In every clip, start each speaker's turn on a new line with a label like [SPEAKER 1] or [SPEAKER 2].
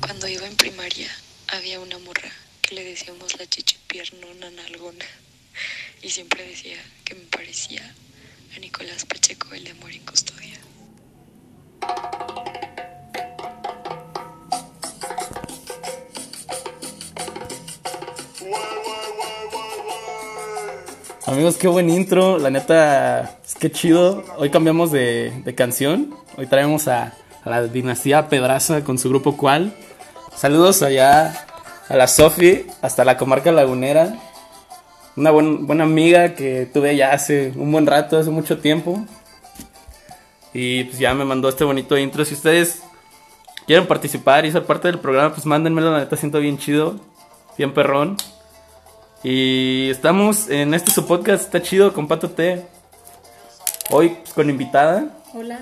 [SPEAKER 1] Cuando iba en primaria había una morra que le decíamos la chichipiernona nalgona y siempre decía que me parecía a Nicolás Pacheco, el de Amor en Custodia.
[SPEAKER 2] Amigos, qué buen intro, la neta, es que chido. Hoy cambiamos de canción. Hoy traemos a la dinastía Pedraza con su grupo Cual. Saludos allá a la Sofi, hasta la comarca lagunera. Una buena amiga que tuve ya hace un buen rato, hace mucho tiempo. Y pues ya me mandó este bonito intro. Si ustedes quieren participar y ser parte del programa, pues mándenmelo, la neta, siento bien chido, bien perrón. Y estamos en su podcast, está chido, con Pato T. Hoy pues, con invitada.
[SPEAKER 3] Hola.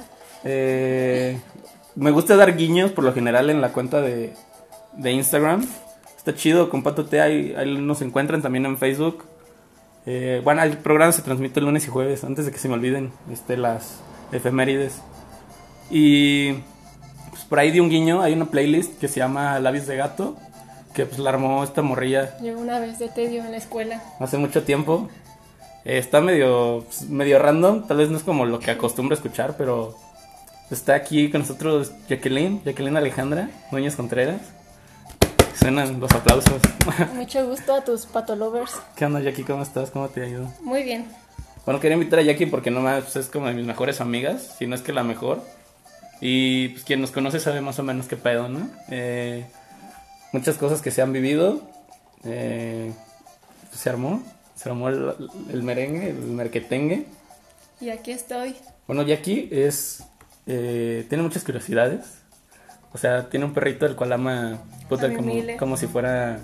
[SPEAKER 2] Me gusta dar guiños por lo general en la cuenta de Instagram. Está chido, con Pato T, ahí nos encuentran también en Facebook. Bueno, el programa se transmite lunes y jueves, antes de que se me olviden las efemérides. Y pues por ahí di un guiño, hay una playlist que se llama Labios de Gato, que pues la armó esta morrilla.
[SPEAKER 3] Yo una vez de tedio en la escuela.
[SPEAKER 2] Hace mucho tiempo. Está medio random, tal vez no es como lo que acostumbro a escuchar, pero está aquí con nosotros Jacqueline Alejandra Núñez Contreras. Suenan los aplausos.
[SPEAKER 3] Mucho gusto a tus patolovers.
[SPEAKER 2] ¿Qué onda, Jackie? ¿Cómo estás? ¿Cómo te ha ido?
[SPEAKER 3] Muy bien.
[SPEAKER 2] Bueno, quería invitar a Jackie porque nomás pues, es como de mis mejores amigas, si no es que la mejor. Y pues quien nos conoce sabe más o menos qué pedo, ¿no? Muchas cosas que se han vivido. Pues se armó el merengue, el merquetengue.
[SPEAKER 3] Y aquí estoy.
[SPEAKER 2] Bueno, Jackie tiene muchas curiosidades. O sea, tiene un perrito el cual ama puta, como si fuera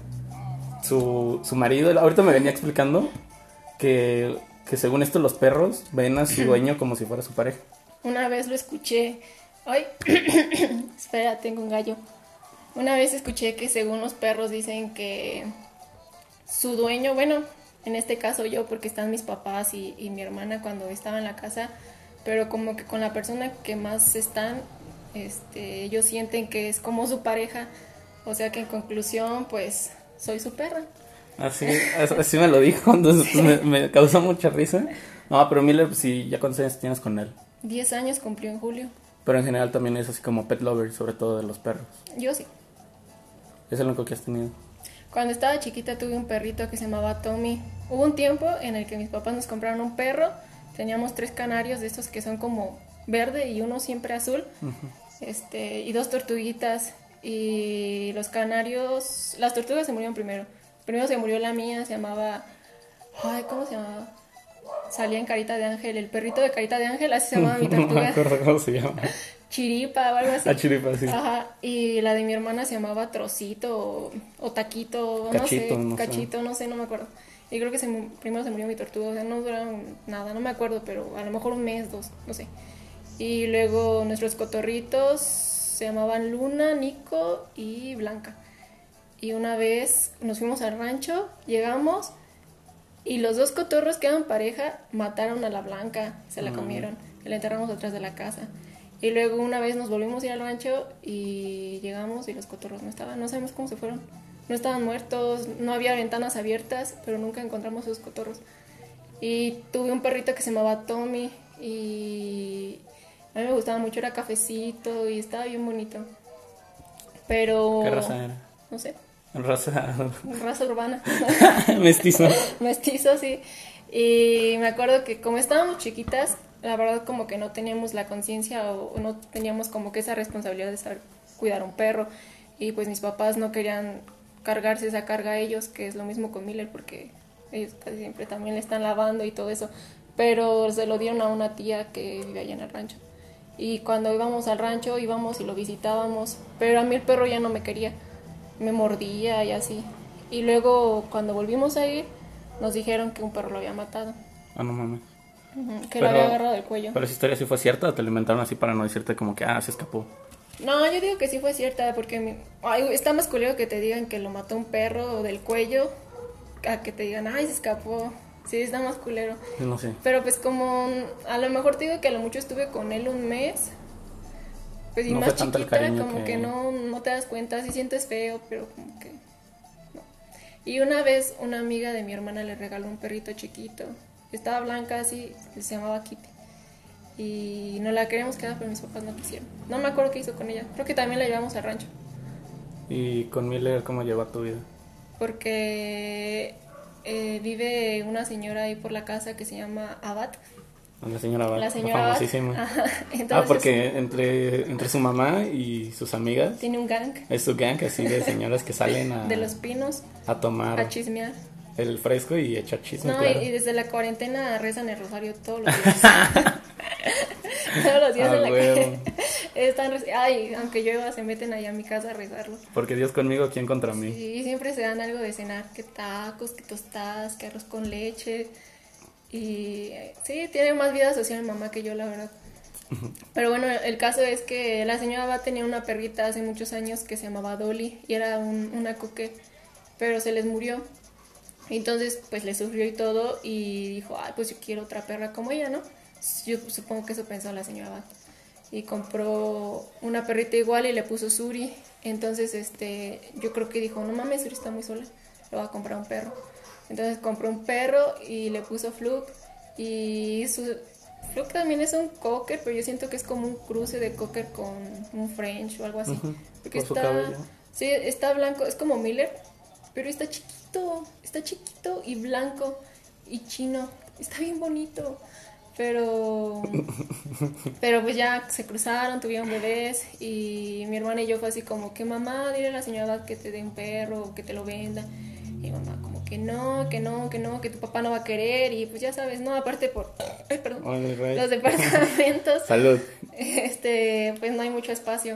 [SPEAKER 2] su marido. Ahorita me venía explicando que según esto los perros ven a su dueño como si fuera su pareja.
[SPEAKER 3] Una vez lo escuché. Ay, espera, tengo un gallo. Una vez escuché que según los perros dicen que su dueño, bueno, en este caso yo, porque están mis papás y mi hermana cuando estaba en la casa, pero como que con la persona que más están, ellos sienten que es como su pareja, o sea que en conclusión, pues, soy su perra.
[SPEAKER 2] Así me lo dijo, entonces pues, me causó mucha risa. No, pero Miller, pues sí, ¿ya cuántos años tienes con él?
[SPEAKER 3] 10 años cumplió en julio.
[SPEAKER 2] Pero en general también es así como pet lover, sobre todo de los perros.
[SPEAKER 3] Yo sí.
[SPEAKER 2] ¿Es el único que has tenido?
[SPEAKER 3] Cuando estaba chiquita tuve un perrito que se llamaba Tommy. Hubo un tiempo en el que mis papás nos compraron un perro. Teníamos 3 canarios de estos que son como verde y uno siempre azul. Uh-huh. Y 2 tortuguitas. Y los canarios... Las tortugas se murieron primero. Primero se murió la mía, se llamaba... Ay, ¿cómo se llamaba? Salía en Carita de Ángel. El perrito de Carita de Ángel, así se llamaba mi tortuga.
[SPEAKER 2] No me acuerdo cómo se llama.
[SPEAKER 3] Chiripa o algo así.
[SPEAKER 2] Chiripa, sí.
[SPEAKER 3] Ajá, y la de mi hermana se llamaba Trocito o Taquito,
[SPEAKER 2] Cachito,
[SPEAKER 3] no sé, Cachito, no sé, no me acuerdo. Y creo que primero se murió mi tortuga, o sea, no duraron nada, no me acuerdo, pero a lo mejor un mes, 2, no sé. Y luego nuestros cotorritos se llamaban Luna, Nico y Blanca. Y una vez nos fuimos al rancho, llegamos y los 2 cotorros que eran pareja mataron a la Blanca, se la comieron, y la enterramos atrás de la casa. Y luego una vez nos volvimos a ir al rancho y llegamos y los cotorros no estaban, no sabemos cómo se fueron. No estaban muertos, no había ventanas abiertas, pero nunca encontramos esos cotorros. Y tuve un perrito que se llamaba Tommy y a mí me gustaba mucho, era cafecito y estaba bien bonito. Pero...
[SPEAKER 2] ¿Qué raza era?
[SPEAKER 3] No sé.
[SPEAKER 2] Raza
[SPEAKER 3] urbana.
[SPEAKER 2] Mestizo.
[SPEAKER 3] Mestizo, sí. Y me acuerdo que como estábamos chiquitas, la verdad como que no teníamos la conciencia o no teníamos como que esa responsabilidad de saber cuidar un perro. Y pues mis papás no querían cargarse esa carga a ellos, que es lo mismo con Miller, porque ellos casi siempre también le están lavando y todo eso. Pero se lo dieron a una tía que vive allá en el rancho. Y cuando íbamos al rancho, íbamos y lo visitábamos. Pero a mí el perro ya no me quería, me mordía y así. Y luego cuando volvimos a ir, nos dijeron que un perro lo había matado.
[SPEAKER 2] Ah, no mames.
[SPEAKER 3] Que lo había agarrado del cuello.
[SPEAKER 2] ¿Pero esa historia sí fue cierta o te lo inventaron así para no decirte como que, se escapó?
[SPEAKER 3] No, yo digo que sí fue cierta porque está más culero que te digan que lo mató un perro del cuello a que te digan, ay, se escapó. Sí, está más culero.
[SPEAKER 2] No sé.
[SPEAKER 3] Pero pues como a lo mejor te digo que a lo mucho estuve con él un mes, Pues y
[SPEAKER 2] No
[SPEAKER 3] más
[SPEAKER 2] fue tanto el
[SPEAKER 3] chiquita,
[SPEAKER 2] cariño
[SPEAKER 3] como
[SPEAKER 2] que-
[SPEAKER 3] que no te das cuenta, sí sientes feo, pero como que no. Y una vez una amiga de mi hermana le regaló un perrito chiquito. Estaba blanca así, se llamaba Kitty. Y no la queríamos quedar, pero mis papás no quisieron. No me acuerdo qué hizo con ella. Creo que también la llevamos al rancho.
[SPEAKER 2] ¿Y con Miller cómo lleva tu vida?
[SPEAKER 3] Porque vive una señora ahí por la casa que se llama Abad.
[SPEAKER 2] La señora Abad,
[SPEAKER 3] La
[SPEAKER 2] la
[SPEAKER 3] señora Abad.
[SPEAKER 2] famosísima.
[SPEAKER 3] Ajá,
[SPEAKER 2] Ah,
[SPEAKER 3] entonces
[SPEAKER 2] porque entre su mamá y sus amigas
[SPEAKER 3] tiene un gang
[SPEAKER 2] es su gang así de señoras que salen
[SPEAKER 3] de Los Pinos
[SPEAKER 2] a tomar
[SPEAKER 3] a chismear.
[SPEAKER 2] el fresco y echar chisme,
[SPEAKER 3] No,
[SPEAKER 2] claro.
[SPEAKER 3] y desde la cuarentena rezan el rosario todos los días. Todos los días
[SPEAKER 2] Ah,
[SPEAKER 3] en la
[SPEAKER 2] huevo.
[SPEAKER 3] calle están ay, aunque llueva se meten allá a mi casa a rezarlo.
[SPEAKER 2] Porque Dios conmigo, ¿quién contra mí?
[SPEAKER 3] Y siempre se dan algo de cenar, que tacos, que tostadas, que arroz con leche. Y sí, tiene más vida social mi mamá que yo, la verdad. Pero bueno, el caso es que la señora va tenía una perrita hace muchos años que se llamaba Dolly y era una cocker, pero se les murió. Entonces, pues le sufrió y todo y dijo, ay, pues yo quiero otra perra como ella, ¿no? Yo supongo que eso pensó la señora Bat. Y compró una perrita igual y le puso Suri. Entonces, yo creo que dijo, no mames, Suri está muy sola, le voy a comprar un perro. Entonces compró un perro y le puso Fluke. Y Fluke también es un cocker, pero yo siento que es como un cruce de cocker con un French o algo así.
[SPEAKER 2] Ujú,
[SPEAKER 3] Porque
[SPEAKER 2] por su cabello.
[SPEAKER 3] sí, está blanco, es como Miller, pero está chiquito y blanco y chino. Está bien bonito. Pero pues ya se cruzaron, tuvieron bebés y mi hermana y yo fue así como que mamá, dile a la señora que te dé un perro, que te lo venda. Y mamá como que tu papá no va a querer y pues ya sabes, no, aparte por
[SPEAKER 2] Ay, rey.
[SPEAKER 3] los departamentos,
[SPEAKER 2] Salud.
[SPEAKER 3] pues no hay mucho espacio.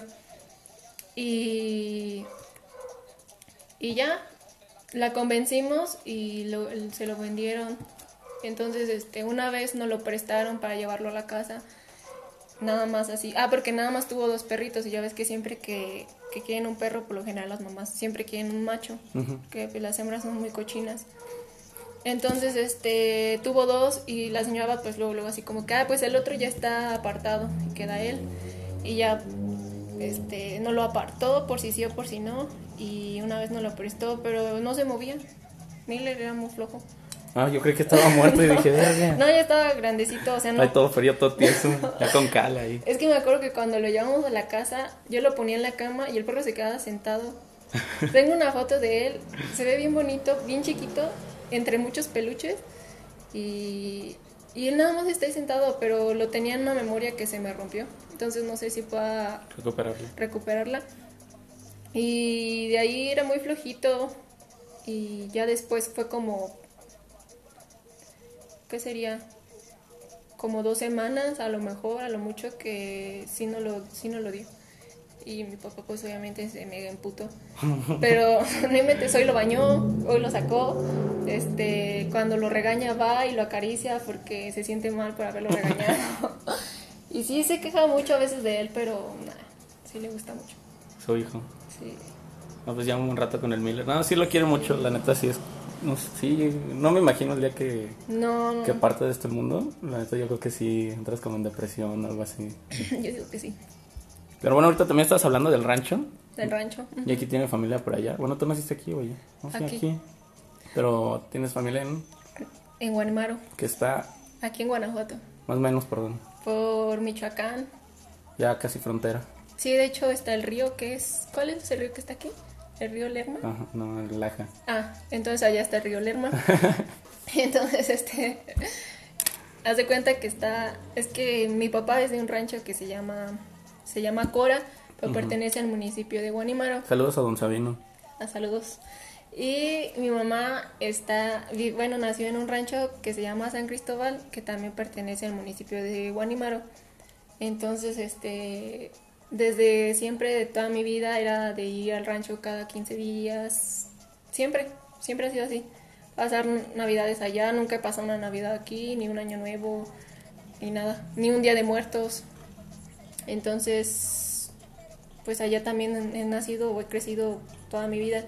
[SPEAKER 3] Y ya la convencimos y se lo vendieron. Entonces, una vez nos lo prestaron para llevarlo a la casa. Nada más así. Ah, porque nada más tuvo 2 perritos. Y ya ves que siempre que quieren un perro, por lo general las mamás siempre quieren un macho.
[SPEAKER 2] Ujú.
[SPEAKER 3] Que pues, las hembras son muy cochinas. Entonces, tuvo 2 y la señora pues luego así como que, pues el otro ya está apartado y queda él. Y ya, no lo apartó por si sí o por si no. Y una vez nos lo prestó, pero no se movía. Miller era muy flojo.
[SPEAKER 2] Ah, yo creí que estaba muerto y dije, verga.
[SPEAKER 3] No, ya estaba grandecito, o sea, no.
[SPEAKER 2] Ay, todo frío, todo tieso, ya con cal ahí.
[SPEAKER 3] Es que me acuerdo que cuando lo llevamos a la casa, yo lo ponía en la cama y el perro se quedaba sentado. Tengo una foto de él, se ve bien bonito, bien chiquito, entre muchos peluches. Y él nada más está ahí sentado, pero lo tenía en una memoria que se me rompió. Entonces no sé si pueda recuperarla. Y de ahí era muy flojito. Y ya después fue como... ¿Qué sería? Como 2 semanas, a lo mejor, a lo mucho, que sí no lo dio. Y mi papá pues obviamente se mega emputó. Pero no inventes, hoy lo bañó, hoy lo sacó. Cuando lo regaña va y lo acaricia porque se siente mal por haberlo regañado. Y sí se queja mucho a veces de él, pero nada, sí le gusta mucho.
[SPEAKER 2] Su hijo.
[SPEAKER 3] Sí.
[SPEAKER 2] No, pues ya un rato con el Miller. No, sí lo quiero mucho, la neta sí es. No, sí, no me imagino el día que
[SPEAKER 3] No.
[SPEAKER 2] parte de este mundo. La neta yo creo que sí entras como en depresión o algo así.
[SPEAKER 3] Yo digo que sí.
[SPEAKER 2] Pero bueno, ahorita también estás hablando del rancho.
[SPEAKER 3] Del rancho.
[SPEAKER 2] Y aquí tiene familia por allá. Bueno, tú naciste aquí, oye. No sé,
[SPEAKER 3] Aquí.
[SPEAKER 2] Pero tienes familia
[SPEAKER 3] En Guanimaro,
[SPEAKER 2] que está
[SPEAKER 3] aquí en Guanajuato.
[SPEAKER 2] más o menos por donde.
[SPEAKER 3] Por Michoacán.
[SPEAKER 2] Ya casi frontera.
[SPEAKER 3] Sí, de hecho está el río que es... ¿Cuál es el río que está aquí? ¿El río Lerma?
[SPEAKER 2] Ajá, no, el Laja.
[SPEAKER 3] Ah, entonces allá está el río Lerma. Entonces, haz de cuenta que está... Es que mi papá es de un rancho que se llama Cora, pero pertenece al municipio de Guanimaro.
[SPEAKER 2] Saludos a don Sabino.
[SPEAKER 3] Saludos. Y mi mamá nació en un rancho que se llama San Cristóbal, que también pertenece al municipio de Guanimaro. Entonces, desde siempre, de toda mi vida, era de ir al rancho cada 15 días. Siempre ha sido así. Pasar navidades allá, nunca he pasado una navidad aquí, ni un año nuevo, ni nada. Ni un día de muertos. Entonces, pues allá también he nacido o he crecido toda mi vida.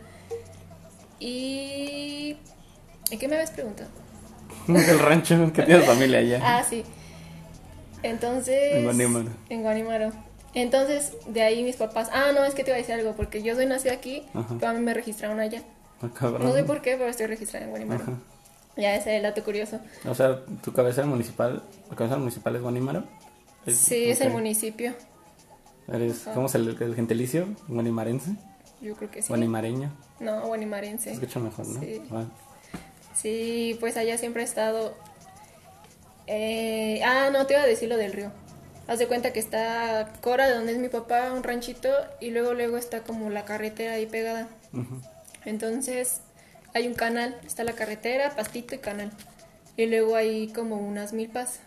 [SPEAKER 3] ¿Y qué me habías preguntado?
[SPEAKER 2] Del rancho, que tienes familia allá.
[SPEAKER 3] Ah, sí. Entonces...
[SPEAKER 2] En Guanimaro.
[SPEAKER 3] En Guanimaro. Entonces, de ahí mis papás, no, es que te iba a decir algo, porque yo soy nacida aquí,
[SPEAKER 2] Ajá.
[SPEAKER 3] pero a mí me registraron allá.
[SPEAKER 2] Ah, cabrón.
[SPEAKER 3] No sé por qué, pero estoy registrada en Guanimaro.
[SPEAKER 2] Ajá.
[SPEAKER 3] Ya ese es el dato curioso.
[SPEAKER 2] O sea, tu cabecera municipal, la cabecera municipal es Guanímaro.
[SPEAKER 3] Sí, es el
[SPEAKER 2] ok.
[SPEAKER 3] municipio.
[SPEAKER 2] Eres,
[SPEAKER 3] Ajá.
[SPEAKER 2] ¿cómo es el gentilicio? ¿Guanimarense?
[SPEAKER 3] Yo creo que sí.
[SPEAKER 2] ¿Guanimareño?
[SPEAKER 3] No, guanimarense.
[SPEAKER 2] Se escucha mejor, ¿no?
[SPEAKER 3] Sí.
[SPEAKER 2] Ah,
[SPEAKER 3] Sí, pues allá siempre he estado. No, te iba a decir lo del río. Haz de cuenta que está Cora, de donde es mi papá, un ranchito, y luego está como la carretera ahí pegada.
[SPEAKER 2] ujú.
[SPEAKER 3] Entonces hay un canal, está la carretera, pastito y canal. Y luego hay como unas milpas.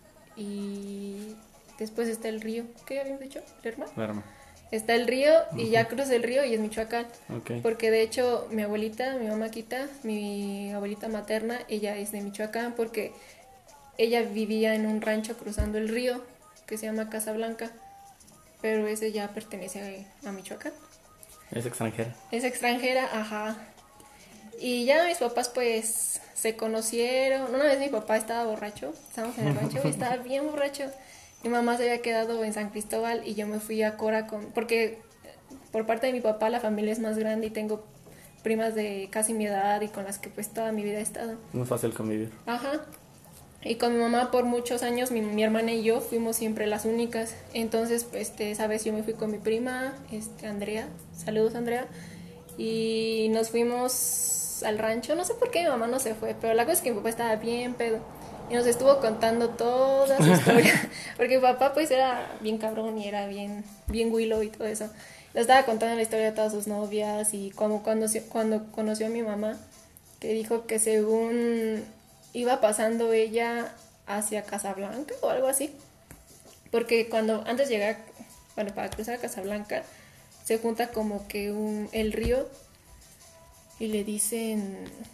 [SPEAKER 3] Y después está el río. ¿Qué habíamos dicho? ¿Lerma?
[SPEAKER 2] Lerma.
[SPEAKER 3] Está el río y ya cruzas el río y es Michoacán.
[SPEAKER 2] Ok.
[SPEAKER 3] Porque de hecho mi abuelita, mi mamáquita, mi abuelita materna, ella es de Michoacán porque ella vivía en un rancho cruzando el río que se llama Casablanca, pero ese ya pertenece a Michoacán.
[SPEAKER 2] Es extranjera.
[SPEAKER 3] Es extranjera, ajá. Y ya mis papás pues se conocieron. Una vez mi papá estaba borracho, estábamos en el rancho y estaba bien borracho. Mi mamá se había quedado en San Cristóbal y yo me fui a Cora porque por parte de mi papá la familia es más grande y tengo primas de casi mi edad y con las que pues toda mi vida he estado.
[SPEAKER 2] Muy fácil convivir.
[SPEAKER 3] Ajá. Y con mi mamá por muchos años, mi hermana y yo fuimos siempre las únicas. Entonces, esa vez yo me fui con mi prima, Andrea. Saludos, Andrea. Y nos fuimos al rancho. No sé por qué mi mamá no se fue, pero la cosa es que mi papá estaba bien pedo. Y nos estuvo contando toda su historia. Porque mi papá pues era bien cabrón y era bien güilo y todo eso. Nos estaba contando la historia de todas sus novias y cuando conoció a mi mamá, que dijo que según iba pasando ella hacia Casablanca o algo así. Porque antes de llegar, para cruzar a Casablanca, se junta como que el río y le dicen...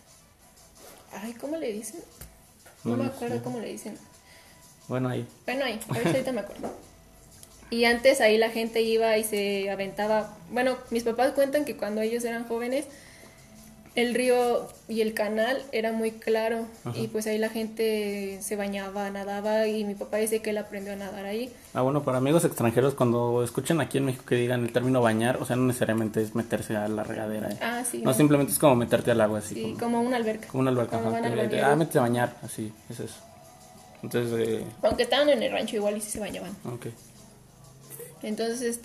[SPEAKER 3] Ay, ¿cómo le dicen? No me acuerdo cómo le dicen.
[SPEAKER 2] Bueno, ahí.
[SPEAKER 3] Bueno, ahí, a ver si ahorita me acuerdo. Y antes ahí la gente iba y se aventaba. Bueno, mis papás cuentan que cuando ellos eran jóvenes, el río y el canal era muy claro.
[SPEAKER 2] Ajá.
[SPEAKER 3] Y pues ahí la gente se bañaba, nadaba. Y mi papá dice que él aprendió a nadar ahí.
[SPEAKER 2] Bueno, para amigos extranjeros, cuando escuchen aquí en México que digan el término bañar, o sea, no necesariamente es meterse a la regadera.
[SPEAKER 3] Sí.
[SPEAKER 2] No, simplemente es como meterte al agua, así.
[SPEAKER 3] Sí, como una alberca.
[SPEAKER 2] Como una alberca.
[SPEAKER 3] Como
[SPEAKER 2] Ajá,
[SPEAKER 3] van al
[SPEAKER 2] que-
[SPEAKER 3] bañero.
[SPEAKER 2] métete a bañar, así, es eso. Entonces,
[SPEAKER 3] Aunque estaban en el rancho igual y sí se bañaban.
[SPEAKER 2] ok.
[SPEAKER 3] Entonces,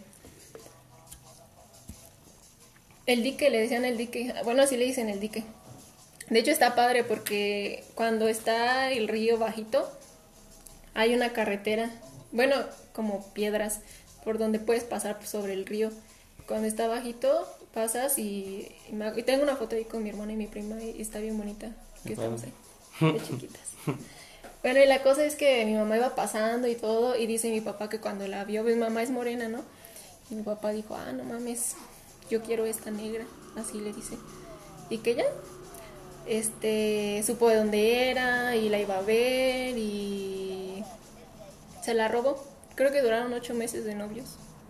[SPEAKER 3] el dique, le decían el dique. Bueno, así le dicen el dique. De hecho está padre porque cuando está el río bajito, hay una carretera, bueno, como piedras, por donde puedes pasar sobre el río. Cuando está bajito, pasas y tengo una foto ahí con mi hermana y mi prima y está bien bonita, que estamos ahí, de chiquitas. Bueno, y la cosa es que mi mamá iba pasando y todo, y dice mi papá que cuando la vio, mi mamá es morena, ¿no? Y mi papá dijo, no mames, yo quiero esta negra, así le dice. Y que ya, supo de dónde era y la iba a ver y se la robó. Creo que duraron 8 meses de novios,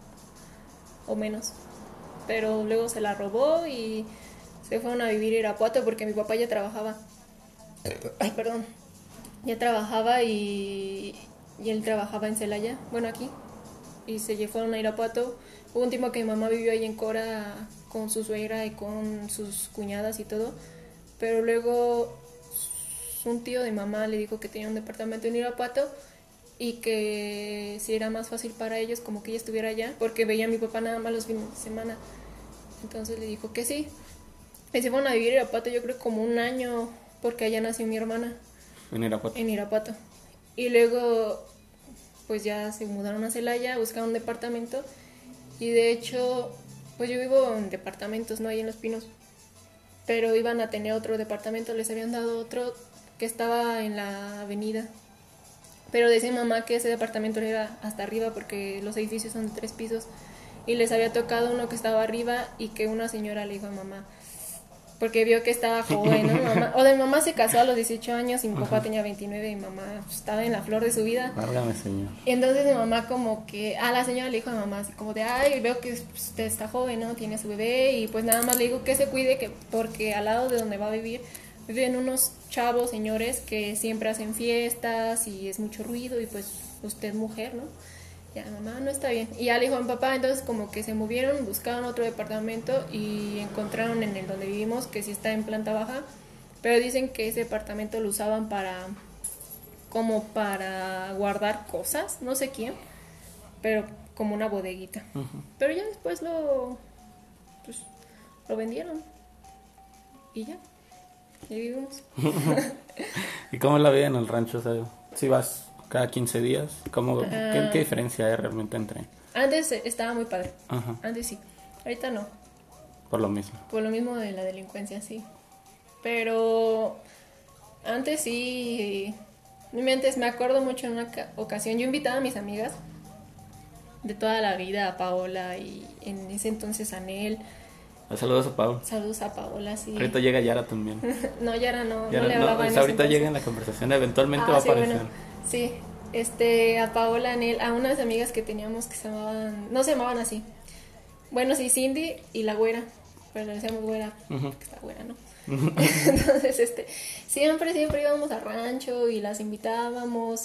[SPEAKER 3] o menos. Pero luego se la robó y se fueron a vivir a Irapuato porque mi papá ya trabajaba. Ay, perdón. Ya trabajaba y él trabajaba en Celaya, bueno, aquí. Y se fueron a Irapuato. Hubo un tiempo que mi mamá vivió ahí en Cora con su suegra y con sus cuñadas y todo. Pero luego un tío de mamá le dijo que tenía un departamento en Irapuato y que si era más fácil para ellos como que ella estuviera allá, porque veía a mi papá nada más los fines de semana. Entonces le dijo que sí. Y se fueron a vivir a Irapuato yo creo como un año, porque allá nació mi hermana.
[SPEAKER 2] En Irapuato.
[SPEAKER 3] En Irapuato. Y luego pues ya se mudaron a Celaya, buscaron un departamento. Y de hecho, pues yo vivo en departamentos, no ahí en Los Pinos. Pero iban a tener otro departamento, les habían dado otro que estaba en la avenida. Pero decía mamá que ese departamento era hasta arriba porque los edificios son de 3 pisos. Y les había tocado uno que estaba arriba y que una señora le dijo a mamá, porque vio que estaba joven, ¿no? Mamá, o de mamá se casó a los 18 años y mi papá tenía 29 y mamá estaba en la flor de su vida.
[SPEAKER 2] Válgame, señor.
[SPEAKER 3] Y entonces mi mamá como que, la señora le dijo a mamá así como de, veo que usted está joven, ¿no? Tiene a su bebé y pues nada más le digo que se cuide porque al lado de donde va a vivir viven unos chavos, señores, que siempre hacen fiestas y es mucho ruido y pues usted mujer, ¿no? Ya, mamá, no está bien. Y ya le dijo a mi papá, entonces como que se movieron, buscaron otro departamento y encontraron en el donde vivimos, que sí está en planta baja, pero dicen que ese departamento lo usaban como para guardar cosas, no sé quién, pero como una bodeguita. Pero ya después pues, lo vendieron y ya, y vivimos.
[SPEAKER 2] ¿Y cómo es la vida en el rancho? O sea, si vas cada 15 días, ¿qué diferencia hay realmente entre?
[SPEAKER 3] Antes estaba muy padre,
[SPEAKER 2] Ajá.
[SPEAKER 3] antes sí, ahorita no.
[SPEAKER 2] Por lo mismo.
[SPEAKER 3] Por lo mismo de la delincuencia, sí. Pero antes sí, antes me acuerdo mucho en una ocasión, yo invitaba a mis amigas de toda la vida, a Paola y en ese entonces a Nel.
[SPEAKER 2] Saludos a Pau.
[SPEAKER 3] Saludos a Paola, sí.
[SPEAKER 2] Ahorita llega Yara también.
[SPEAKER 3] No, Yara no
[SPEAKER 2] Yara,
[SPEAKER 3] le hablaba en ese
[SPEAKER 2] ahorita
[SPEAKER 3] entonces.
[SPEAKER 2] llega en la conversación, eventualmente va a
[SPEAKER 3] sí,
[SPEAKER 2] aparecer.
[SPEAKER 3] bueno, sí, a Paola, a Nel, a unas amigas que teníamos que se llamaban, no se llamaban así. Bueno, sí, Cindy y la güera, pero le decíamos güera, porque está güera, ¿no? Entonces, siempre íbamos al rancho y las invitábamos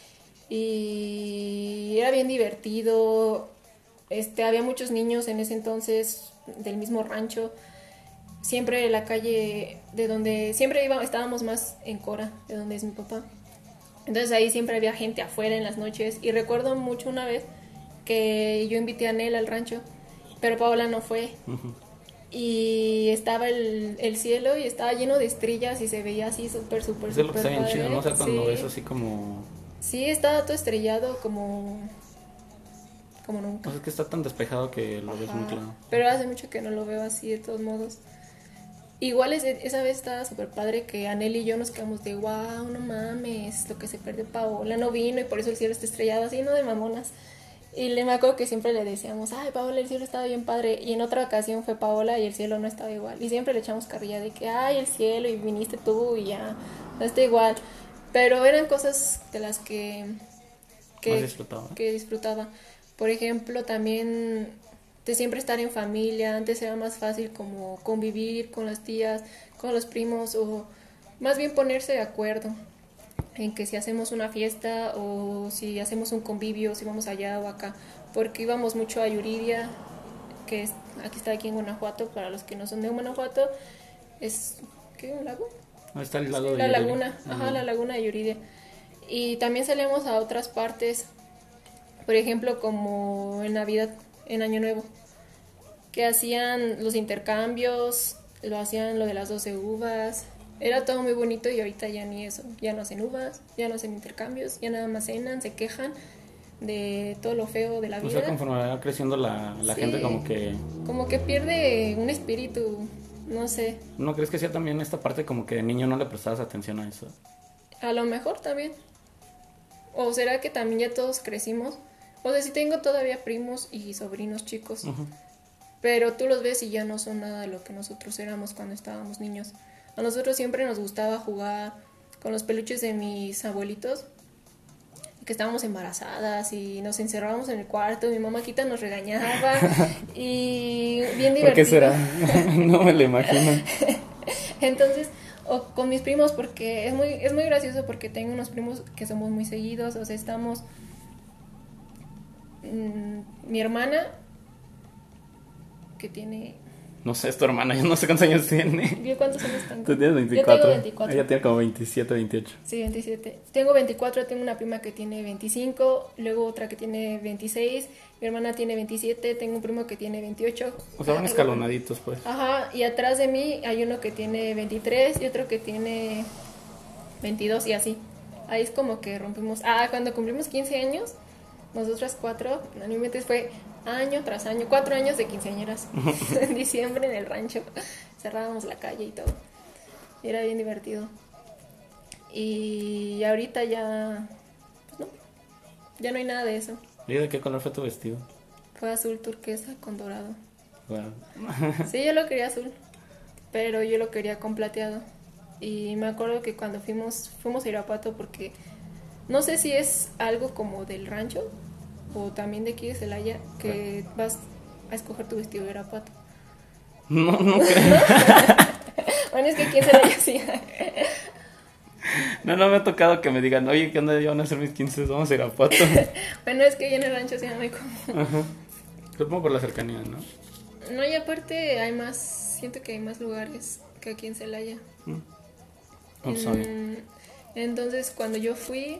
[SPEAKER 3] y era bien divertido. Había muchos niños en ese entonces del mismo rancho. Siempre en la calle de donde siempre estábamos más en Cora, de donde es mi papá. Entonces ahí siempre había gente afuera en las noches. Y recuerdo mucho una vez que yo invité a Nel al rancho, pero Paola no fue. Y estaba el cielo y estaba lleno de estrellas y se veía así súper
[SPEAKER 2] Es lo que está bien
[SPEAKER 3] padre.
[SPEAKER 2] chido, ¿no? O sea, cuando
[SPEAKER 3] Sí.
[SPEAKER 2] ves así como...
[SPEAKER 3] Sí, estaba todo estrellado como nunca.
[SPEAKER 2] O sea, que está tan despejado que lo ves muy claro.
[SPEAKER 3] Pero hace mucho que no lo veo así, de todos modos. Igual esa vez estaba súper padre que Anel y yo nos quedamos de wow, no mames, lo que se perdió Paola, no vino y por eso el cielo está estrellado, así, no de mamonas. Y me acuerdo que siempre le decíamos, ay, Paola, el cielo estaba bien padre. Y en otra ocasión fue Paola y el cielo no estaba igual. Y siempre le echamos carrilla de que, ay, el cielo y viniste tú y ya, no está igual. Pero eran cosas de las que disfrutaba. Por ejemplo, también de siempre estar en familia. Antes era más fácil como convivir con las tías, con los primos, o más bien ponerse de acuerdo en que si hacemos una fiesta o si hacemos un convivio, si vamos allá o acá, porque íbamos mucho a Yuridia, que está aquí en Guanajuato. Para los que no son de Guanajuato, es ¿qué? ¿Un lago?
[SPEAKER 2] Está el lago de
[SPEAKER 3] La
[SPEAKER 2] Yuridia.
[SPEAKER 3] laguna, la laguna de Yuridia. Y también salíamos a otras partes, por ejemplo, como en Navidad, en Año Nuevo, que hacían los intercambios, hacían lo de las 12 uvas. Era todo muy bonito y ahorita ya ni eso. Ya no hacen uvas, ya no hacen intercambios, ya nada más cenan, se quejan de todo lo feo de la vida.
[SPEAKER 2] O sea, conforme va creciendo la
[SPEAKER 3] Sí,
[SPEAKER 2] gente como que...
[SPEAKER 3] Como que pierde un espíritu, no sé.
[SPEAKER 2] ¿No crees que sea también esta parte como que de niño no le prestabas atención a eso?
[SPEAKER 3] A lo mejor también. ¿O será que también ya todos crecimos? O sea, sí tengo todavía primos y sobrinos chicos, pero tú los ves y ya no son nada de lo que nosotros éramos cuando estábamos niños. A nosotros siempre nos gustaba jugar con los peluches de mis abuelitos, que estábamos embarazadas y nos encerrábamos en el cuarto, mi mamáquita nos regañaba y bien divertido.
[SPEAKER 2] ¿Por qué será? No me lo imagino.
[SPEAKER 3] Entonces, o con mis primos, porque es muy gracioso, porque tengo unos primos que somos muy seguidos, o sea, estamos mi hermana, que tiene...
[SPEAKER 2] No sé, es tu hermana, yo no sé cuántos años tiene.
[SPEAKER 3] ¿Yo cuántos años tengo?
[SPEAKER 2] Tú tienes 24.
[SPEAKER 3] Yo tengo 24.
[SPEAKER 2] Ella tiene como 27, 28.
[SPEAKER 3] Sí, 27. Tengo 24, tengo una prima que tiene 25, luego otra que tiene 26, mi hermana tiene 27, tengo un primo que tiene 28.
[SPEAKER 2] O sea, van escalonaditos, pues.
[SPEAKER 3] Ajá, y atrás de mí hay uno que tiene 23 y otro que tiene 22 y así. Ahí es como que rompimos. Cuando cumplimos 15 años, nosotras 4, no me metes, fue año tras año, 4 años de quinceañeras. En diciembre en el rancho cerrábamos la calle y todo. Y era bien divertido. Y ahorita ya, pues no, ya no hay nada de eso.
[SPEAKER 2] ¿Y de qué color fue tu vestido?
[SPEAKER 3] Fue azul turquesa con dorado.
[SPEAKER 2] Wow.
[SPEAKER 3] Sí, yo lo quería azul, pero yo lo quería con plateado. Y me acuerdo que cuando fuimos a Irapuato, porque no sé si es algo como del rancho o también de aquí de Celaya, que vas a escoger tu vestido de Irapuato.
[SPEAKER 2] No creo.
[SPEAKER 3] Bueno, es que aquí en Celaya sí.
[SPEAKER 2] No me ha tocado que me digan, oye, ¿qué onda? Ya van a ser mis 15, vamos a Irapuato.
[SPEAKER 3] Bueno, es que ahí en el rancho sí no hay como...
[SPEAKER 2] Ajá. Supongo por la cercanía, ¿no?
[SPEAKER 3] No, y aparte hay más, siento que hay más lugares que aquí en Celaya.
[SPEAKER 2] No sabía.
[SPEAKER 3] Entonces, cuando yo fui,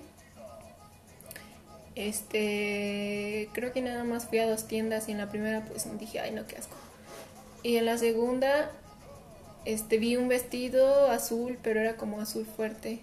[SPEAKER 3] creo que nada más fui a 2 tiendas y en la primera pues dije, ay no, qué asco. Y en la segunda, vi un vestido azul, pero era como azul fuerte.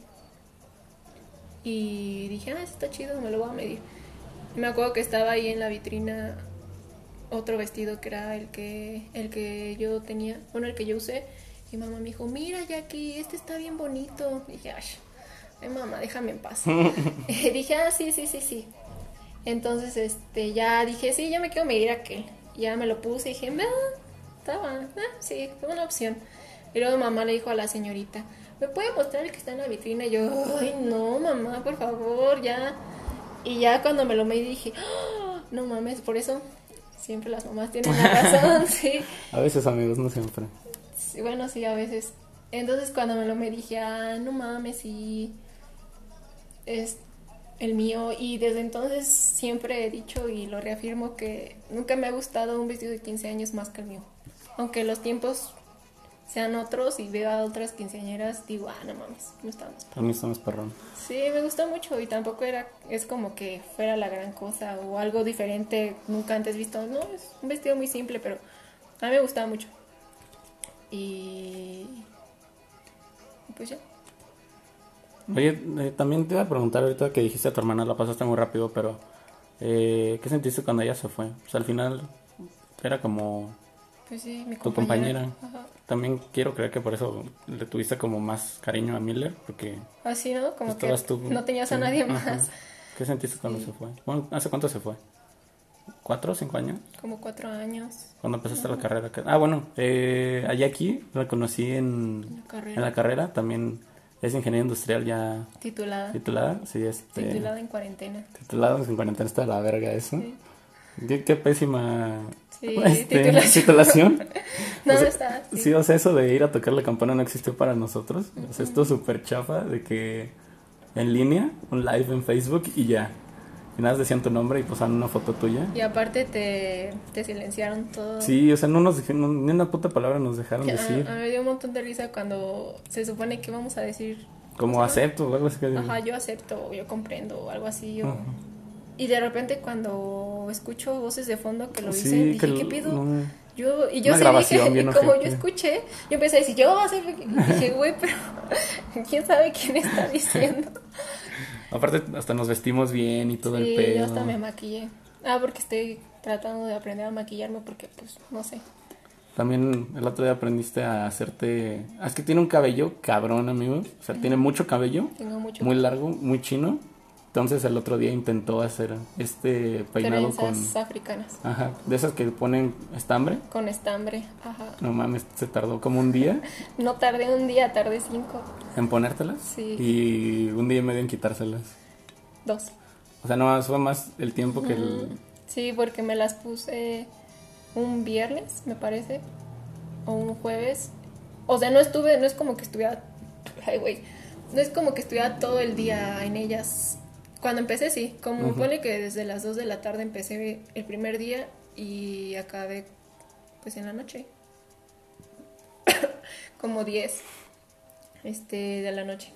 [SPEAKER 3] Y dije, ah, está chido, me lo voy a medir. Y me acuerdo que estaba ahí en la vitrina otro vestido que era el que yo tenía, bueno, el que yo usé. Y mamá me dijo, mira Jackie, este está bien bonito. Y dije, ay mamá, déjame en paz. Y dije, ah, sí. Entonces, ya dije, sí, ya me quiero medir aquel. Ya me lo puse y dije, sí, fue una opción. Y luego mamá le dijo a la señorita, ¿me puede mostrar el que está en la vitrina? Y yo, ay no, mamá, por favor, ya. Y ya cuando me lo medí dije, no mames, por eso siempre las mamás tienen la razón, sí.
[SPEAKER 2] A veces, amigos, no siempre.
[SPEAKER 3] Sí, bueno, sí, a veces. Entonces cuando me lo medí dije, no mames, sí, es el mío. Y desde entonces siempre he dicho y lo reafirmo que nunca me ha gustado un vestido de 15 años más que el mío. Aunque los tiempos sean otros y veo a otras quinceañeras, digo, no mames, no estamos.
[SPEAKER 2] A mí estamos perrón.
[SPEAKER 3] Sí, me gustó mucho y tampoco es como que fuera la gran cosa o algo diferente, nunca antes visto. No, es un vestido muy simple, pero a mí me gustaba mucho. Y pues ya.
[SPEAKER 2] Oye, también te iba a preguntar ahorita que dijiste a tu hermana, la pasaste muy rápido, pero ¿qué sentiste cuando ella se fue? O sea, al final era como
[SPEAKER 3] Pues sí, mi
[SPEAKER 2] tu compañera.
[SPEAKER 3] Ajá.
[SPEAKER 2] También quiero creer que por eso le tuviste como más cariño a Miller, porque
[SPEAKER 3] Así, ¿no? Como
[SPEAKER 2] estabas
[SPEAKER 3] que
[SPEAKER 2] tú.
[SPEAKER 3] no tenías a
[SPEAKER 2] Sí,
[SPEAKER 3] nadie
[SPEAKER 2] ajá.
[SPEAKER 3] más.
[SPEAKER 2] ¿Qué sentiste cuando se fue? Bueno, ¿hace cuánto se fue? ¿4 o 5 años?
[SPEAKER 3] Como 4 años.
[SPEAKER 2] Cuando empezaste la carrera. Bueno, allá aquí la conocí en la carrera. También es ingeniero industrial ya
[SPEAKER 3] Titulada.
[SPEAKER 2] titulada. Sí,
[SPEAKER 3] Titulada en cuarentena.
[SPEAKER 2] titulada en cuarentena, está de la verga eso.
[SPEAKER 3] Sí.
[SPEAKER 2] Qué pésima
[SPEAKER 3] Sí,
[SPEAKER 2] titulación.
[SPEAKER 3] No,
[SPEAKER 2] O sea,
[SPEAKER 3] está.
[SPEAKER 2] sí, o sea, eso de ir a tocar la campana no existió para nosotros. O sea, esto es súper chafa de que en línea, un live en Facebook y ya. Y nada, decían tu nombre y posaban una foto tuya.
[SPEAKER 3] Y aparte te silenciaron todo.
[SPEAKER 2] Sí, o sea, no nos dijeron, ni una puta palabra nos dejaron decir.
[SPEAKER 3] A mí me dio un montón de risa cuando se supone que vamos a decir...
[SPEAKER 2] Como acepto o algo así.
[SPEAKER 3] Ajá, yo acepto, o yo comprendo, o algo así. Y de repente cuando escucho voces de fondo que lo
[SPEAKER 2] Sí,
[SPEAKER 3] dicen, dije,
[SPEAKER 2] que
[SPEAKER 3] ¿qué pido?
[SPEAKER 2] no.
[SPEAKER 3] Yo
[SPEAKER 2] Una
[SPEAKER 3] sí
[SPEAKER 2] grabación
[SPEAKER 3] dije,
[SPEAKER 2] bien
[SPEAKER 3] y como yo
[SPEAKER 2] ojete.
[SPEAKER 3] escuché, yo empecé a decir, yo voy a hacer... Y dije, güey, pero ¿quién sabe quién está diciendo?
[SPEAKER 2] Aparte, hasta nos vestimos bien y todo el
[SPEAKER 3] Sí,
[SPEAKER 2] pedo.
[SPEAKER 3] yo hasta me maquillé. Porque estoy tratando de aprender a maquillarme porque, pues, no sé.
[SPEAKER 2] También el otro día aprendiste a hacerte... Es que tiene un cabello cabrón, amigo. O sea, tiene mucho cabello.
[SPEAKER 3] Tengo mucho
[SPEAKER 2] Muy largo, muy chino. Entonces el otro día intentó hacer este peinado
[SPEAKER 3] trenzas
[SPEAKER 2] con...
[SPEAKER 3] africanas.
[SPEAKER 2] Ajá, de esas que ponen estambre.
[SPEAKER 3] Con estambre, ajá.
[SPEAKER 2] No mames, se tardó como un día
[SPEAKER 3] No tardé un día, tardé 5.
[SPEAKER 2] en ponértelas.
[SPEAKER 3] Sí.
[SPEAKER 2] Y un día y medio en quitárselas.
[SPEAKER 3] 2.
[SPEAKER 2] O sea, no, fue más el tiempo que el...
[SPEAKER 3] Sí, porque me las puse un viernes, me parece, o un jueves. O sea, no es como que estuviera... Ay, güey. No es como que estuviera todo el día en ellas. Cuando empecé, sí. Como pone que desde las 2 de la tarde empecé el primer día y acabé, pues, en la noche. Como 10 de la noche.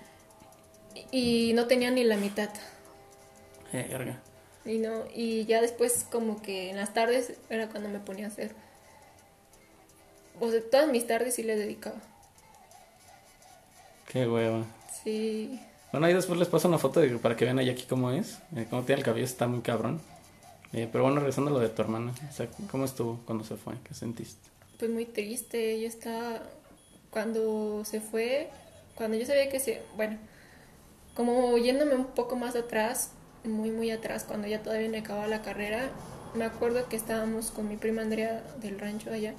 [SPEAKER 3] Y no tenía ni la mitad.
[SPEAKER 2] Verga.
[SPEAKER 3] Y ya después como que en las tardes era cuando me ponía a hacer. O sea, todas mis tardes sí les dedicaba.
[SPEAKER 2] Qué hueva.
[SPEAKER 3] Sí.
[SPEAKER 2] Bueno, ahí después les paso una foto para que vean ahí aquí cómo es. Cómo tiene el cabello, está muy cabrón. Pero bueno, regresando a lo de tu hermana. O sea, ¿cómo estuvo cuando se fue? ¿Qué sentiste?
[SPEAKER 3] Pues muy triste. Ella estaba... Cuando se fue, cuando yo sabía que bueno, como yéndome un poco más atrás, muy muy atrás, cuando ya todavía no acababa la carrera, me acuerdo que estábamos con mi prima Andrea del rancho allá,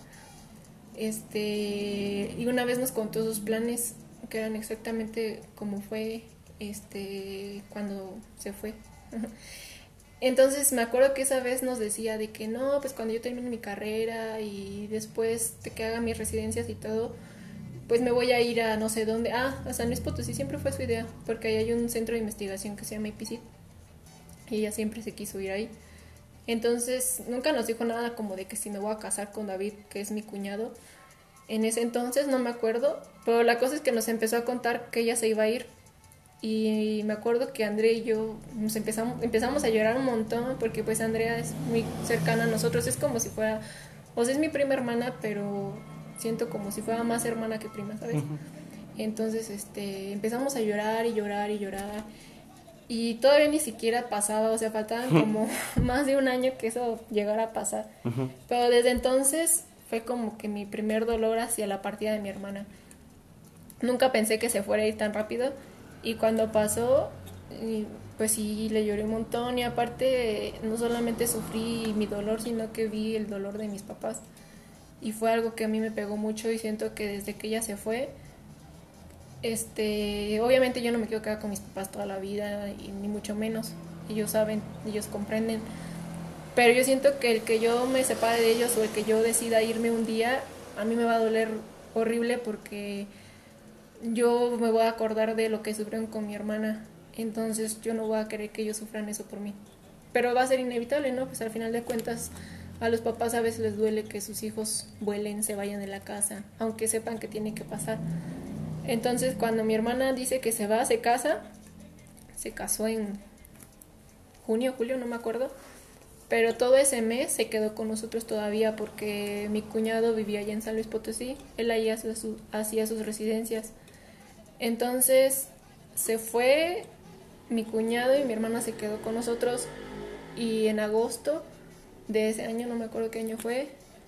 [SPEAKER 3] y una vez nos contó sus planes, que eran exactamente como fue, cuando se fue. Entonces me acuerdo que esa vez nos decía de que no, pues cuando yo termine mi carrera y después de que haga mis residencias y todo, pues me voy a ir a no sé dónde, a San Luis Potosí, siempre fue su idea, porque ahí hay un centro de investigación que se llama IPICIT, y ella siempre se quiso ir ahí. Entonces nunca nos dijo nada como de que si me voy a casar con David, que es mi cuñado. En ese entonces no me acuerdo, pero la cosa es que nos empezó a contar que ella se iba a ir. Y me acuerdo que Andrea y yo nos empezamos a llorar un montón, porque pues Andrea es muy cercana a nosotros, es como si fuera, o sea, es mi prima hermana, pero siento como si fuera más hermana que prima, ¿sabes? Uh-huh. Entonces empezamos a llorar y llorar y llorar, y todavía ni siquiera pasaba, o sea, faltaban como más de un año que eso llegara a pasar. Uh-huh. Pero desde entonces fue como que mi primer dolor hacia la partida de mi hermana. Nunca pensé que se fuera a ir tan rápido, y cuando pasó, pues sí, le lloré un montón, y aparte no solamente sufrí mi dolor, sino que vi el dolor de mis papás, y fue algo que a mí me pegó mucho, y siento que desde que ella se fue, obviamente yo no me quiero quedar con mis papás toda la vida, y ni mucho menos, ellos saben, ellos comprenden, pero yo siento que el que yo me separe de ellos, o el que yo decida irme un día, a mí me va a doler horrible, porque yo me voy a acordar de lo que sufrieron con mi hermana, entonces yo no voy a querer que ellos sufran eso por mí, pero va a ser inevitable, ¿no? Pues al final de cuentas a los papás a veces les duele que sus hijos vuelen, se vayan de la casa, aunque sepan que tiene que pasar. Entonces cuando mi hermana dice que se va, se casa, se casó en junio, julio, no me acuerdo, pero todo ese mes se quedó con nosotros todavía, porque mi cuñado vivía allá en San Luis Potosí, él ahí hacía sus residencias. Entonces se fue mi cuñado y mi hermana se quedó con nosotros, y en agosto de ese año, no me acuerdo qué año fue,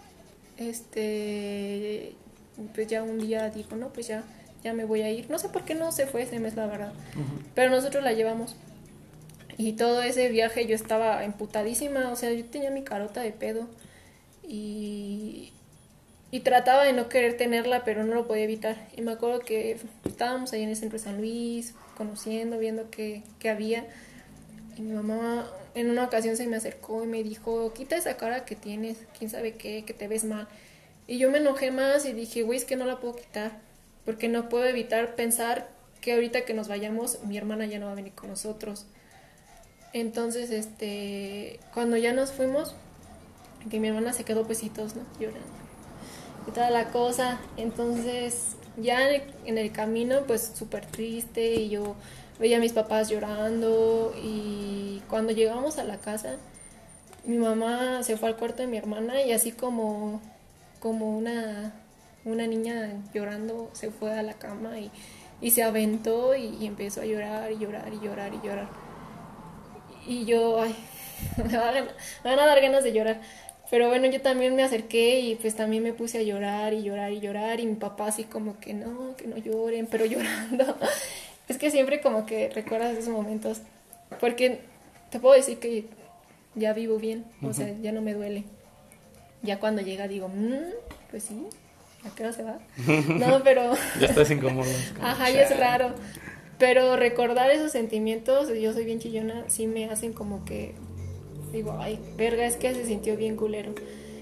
[SPEAKER 3] pues ya un día dijo, no, pues ya me voy a ir. No sé por qué no se fue ese mes, la verdad. Uh-huh. Pero nosotros la llevamos. Y todo ese viaje yo estaba emputadísima, o sea, yo tenía mi carota de pedo. Y trataba de no querer tenerla, pero no lo podía evitar. Y me acuerdo que estábamos ahí en el centro de San Luis, conociendo, viendo qué había. Y mi mamá en una ocasión se me acercó y me dijo, quita esa cara que tienes, quién sabe qué, que te ves mal. Y yo me enojé más y dije, güey, es que no la puedo quitar, porque no puedo evitar pensar que ahorita que nos vayamos, mi hermana ya no va a venir con nosotros. Entonces, cuando ya nos fuimos, que mi hermana se quedó pesitos, ¿no? Llorando y toda la cosa. Entonces ya en el camino pues súper triste, y yo veía a mis papás llorando, y cuando llegamos a la casa mi mamá se fue al cuarto de mi hermana, y así como una niña llorando se fue a la cama y se aventó y empezó a llorar y llorar y llorar y llorar, y yo, ay, me van a dar ganas de llorar. Pero bueno, yo también me acerqué y pues también me puse a llorar y llorar y llorar, y mi papá así como que no lloren, pero llorando. Es que siempre como que recuerdas esos momentos, porque te puedo decir que ya vivo bien, o sea, ya no me duele. Ya cuando llega digo, pues sí, ¿a qué hora se va? No, pero...
[SPEAKER 2] ya estás incómodo.
[SPEAKER 3] Ajá, ya es raro. Pero recordar esos sentimientos, yo soy bien chillona, sí me hacen como que... digo, ay, verga, es que se sintió bien culero.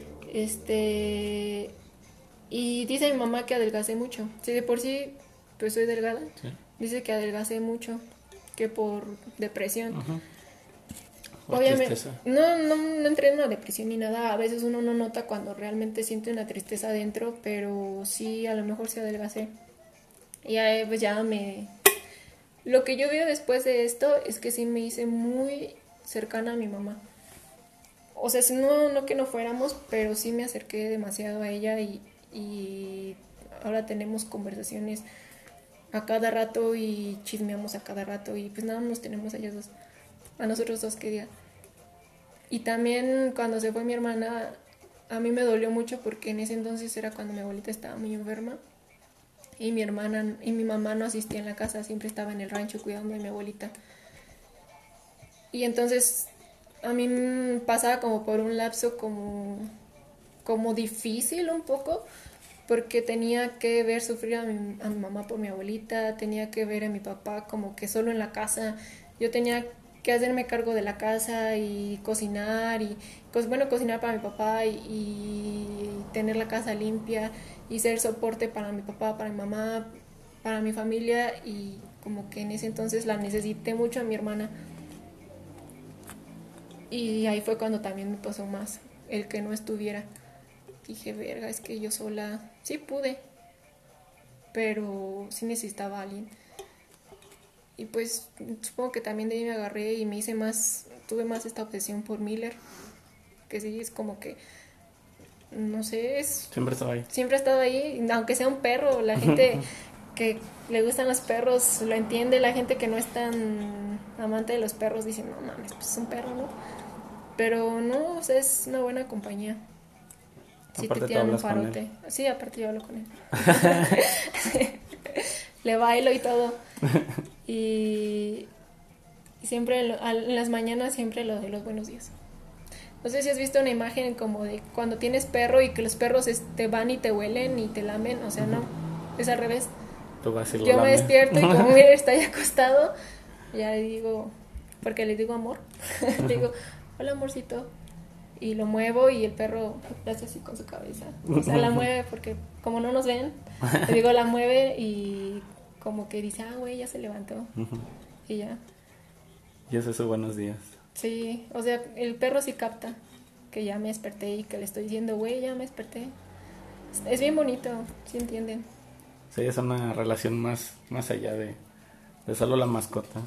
[SPEAKER 3] Y dice mi mamá que adelgacé mucho. Si de por sí, pues soy delgada. ¿Sí? Dice que adelgacé mucho, que por depresión. Uh-huh. Obviamente, no entré en una depresión ni nada. A veces uno no nota cuando realmente siente una tristeza adentro, pero sí, a lo mejor sí adelgacé. Y pues ya lo que yo veo después de esto es que sí me hice muy cercana a mi mamá. O sea, no que no fuéramos, pero sí me acerqué demasiado a ella, y ahora tenemos conversaciones a cada rato y chismeamos a cada rato, y pues nada, nos tenemos a nosotros dos, que día. Y también cuando se fue mi hermana, a mí me dolió mucho, porque en ese entonces era cuando mi abuelita estaba muy enferma, y mi hermana y mi mamá no asistía en la casa, siempre estaba en el rancho cuidando de mi abuelita. Y entonces a mí pasaba como por un lapso como difícil un poco, porque tenía que ver sufrir a mi mamá por mi abuelita, tenía que ver a mi papá como que solo en la casa. Yo tenía que hacerme cargo de la casa y cocinar y bueno, cocinar para mi papá y tener la casa limpia y ser soporte para mi papá, para mi mamá, para mi familia, y como que en ese entonces la necesité mucho a mi hermana. Y ahí fue cuando también me pasó más el que no estuviera. Dije, verga, es que yo sola sí pude, pero sí necesitaba a alguien. Y pues supongo que también de ahí me agarré y me hice más, tuve más esta obsesión por Miller, que sí es como que, no sé, es...
[SPEAKER 2] Siempre estaba ahí.
[SPEAKER 3] Siempre ha estado ahí, aunque sea un perro, la gente que le gustan los perros lo entiende, la gente que no es tan amante de los perros dice, no mames, pues es un perro, ¿no? Pero no, o sea, es una buena compañía. Si
[SPEAKER 2] Aparte
[SPEAKER 3] te
[SPEAKER 2] tú
[SPEAKER 3] tiran un
[SPEAKER 2] hablas con
[SPEAKER 3] parote.
[SPEAKER 2] él.
[SPEAKER 3] Sí, aparte yo hablo con él. Le bailo y todo. Y siempre en las mañanas siempre lo de los buenos días. No sé si has visto una imagen como de cuando tienes perro y que los perros te van y te huelen y te lamen. O sea, no, es al revés.
[SPEAKER 2] Tú vas y lo
[SPEAKER 3] Yo me
[SPEAKER 2] lames.
[SPEAKER 3] despierto y como Miller está ahí acostado, ya le digo, porque le digo amor, le digo, hola amorcito. Y lo muevo y el perro lo hace así con su cabeza. O sea, la mueve porque como no nos ven, le digo la mueve y como que dice, ah, güey, ya se levantó. Y ya.
[SPEAKER 2] Y eso es su buenos días.
[SPEAKER 3] Sí, o sea, el perro sí capta que ya me desperté y que le estoy diciendo, güey, ya me desperté. Es bien bonito, sí entienden.
[SPEAKER 2] Sí, es una relación más allá de solo la mascota.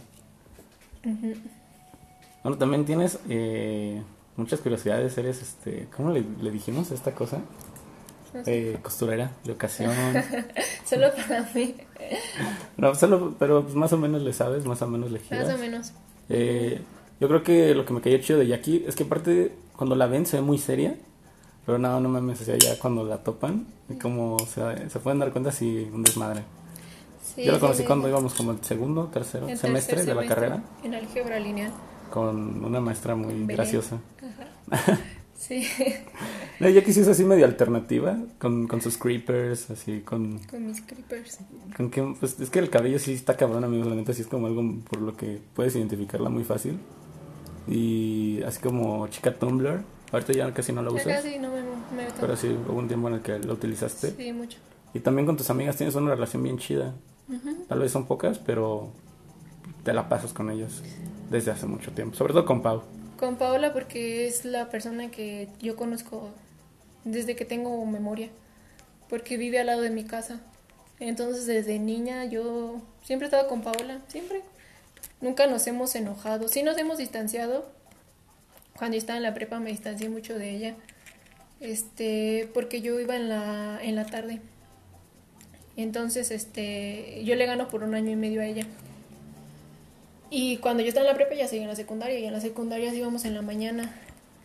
[SPEAKER 2] Bueno, también tienes muchas curiosidades. Eres, ¿cómo le dijimos a esta cosa?
[SPEAKER 3] No sé.
[SPEAKER 2] Costurera, de ocasión.
[SPEAKER 3] Solo para mí.
[SPEAKER 2] No, solo, pero pues más o menos le sabes, más o menos le giras.
[SPEAKER 3] Más o menos.
[SPEAKER 2] Yo creo que lo que me cayó chido de Jackie es que aparte cuando la ven se ve muy seria, pero no mames, o sea, ya cuando la topan, como se pueden dar cuenta si un desmadre.
[SPEAKER 3] Sí,
[SPEAKER 2] Yo la conocí
[SPEAKER 3] sí,
[SPEAKER 2] cuando íbamos como el segundo, tercero
[SPEAKER 3] en
[SPEAKER 2] semestre
[SPEAKER 3] tercer
[SPEAKER 2] de la
[SPEAKER 3] semestre,
[SPEAKER 2] carrera,
[SPEAKER 3] en álgebra lineal.
[SPEAKER 2] con una maestra muy
[SPEAKER 3] Belén.
[SPEAKER 2] graciosa.
[SPEAKER 3] Ajá. Sí,
[SPEAKER 2] No, Jackie sí es así medio alternativa, con sus creepers, así con
[SPEAKER 3] con mis creepers.
[SPEAKER 2] que, pues es que el cabello sí está cabrón, amigos, la neta sí es como algo por lo que puedes identificarla muy fácil. Y así como chica Tumblr, ahorita ya casi no la
[SPEAKER 3] Ya
[SPEAKER 2] usas,
[SPEAKER 3] casi no me meto.
[SPEAKER 2] pero sí hubo un tiempo en el que la utilizaste.
[SPEAKER 3] Sí, mucho.
[SPEAKER 2] Y también con tus amigas tienes una relación bien chida. Tal vez son pocas, pero te la pasas con ellas desde hace mucho tiempo, sobre todo con Pau.
[SPEAKER 3] Con Paola porque es la persona que yo conozco desde que tengo memoria, porque vive al lado de mi casa. Entonces desde niña yo siempre he estado con Paola, siempre. Nunca nos hemos enojado, sí nos hemos distanciado. Cuando yo estaba en la prepa me distancié mucho de ella, porque yo iba en la tarde. Entonces, yo le gano por 1 año y medio a ella. Y cuando yo estaba en la prepa ya seguía en la secundaria, y en la secundaria sí íbamos en la mañana.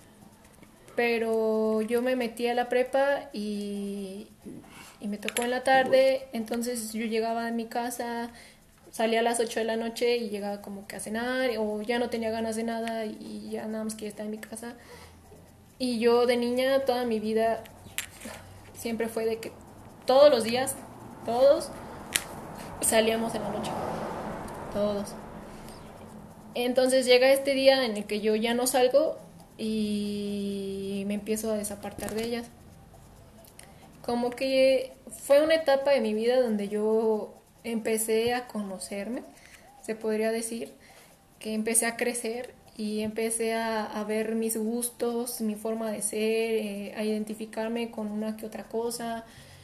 [SPEAKER 3] Pero yo me metí a la prepa y me tocó en la tarde, entonces yo llegaba de mi casa, salía a las 8 de la noche y llegaba como que a cenar, o ya no tenía ganas de nada y ya nada más quería estar en mi casa. Y yo de niña, toda mi vida, siempre fue de que todos los días, todos, salíamos en la noche, todos. Entonces llega este día en el que yo ya no salgo y me empiezo a desapartar de ellas. Como que fue una etapa de mi vida donde yo empecé a conocerme, se podría decir, que empecé a crecer y empecé a ver mis gustos, mi forma de ser, a identificarme con una que otra cosa.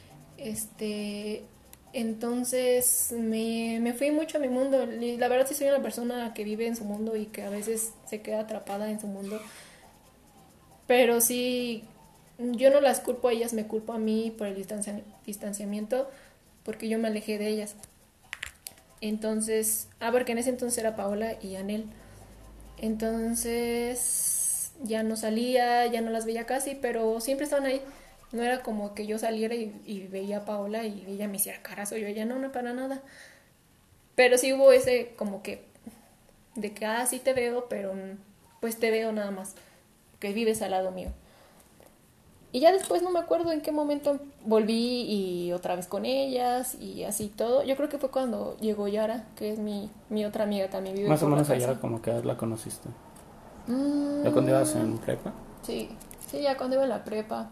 [SPEAKER 3] Entonces me fui mucho a mi mundo. Y la verdad sí soy una persona que vive en su mundo y que a veces se queda atrapada en su mundo. Pero sí, yo no las culpo a ellas, me culpo a mí por el distanciamiento, porque yo me alejé de ellas. Entonces, porque en ese entonces era Paola y Anel. Entonces ya no salía, ya no las veía casi, pero siempre estaban ahí. No era como que yo saliera y veía a Paola y ella me hiciera carazo, yo ella no para nada. Pero sí hubo ese como que de que sí te veo, pero pues te veo nada más, que vives al lado mío. Y ya después no me acuerdo en qué momento volví y otra vez con ellas y así todo. Yo creo que fue cuando llegó Yara, que es mi otra amiga, también vive
[SPEAKER 2] Más o
[SPEAKER 3] por la
[SPEAKER 2] menos
[SPEAKER 3] casa.
[SPEAKER 2] ayer como que la conociste.
[SPEAKER 3] Mm,
[SPEAKER 2] ¿Ya cuando ibas en prepa?
[SPEAKER 3] sí, sí, ya cuando iba en la prepa.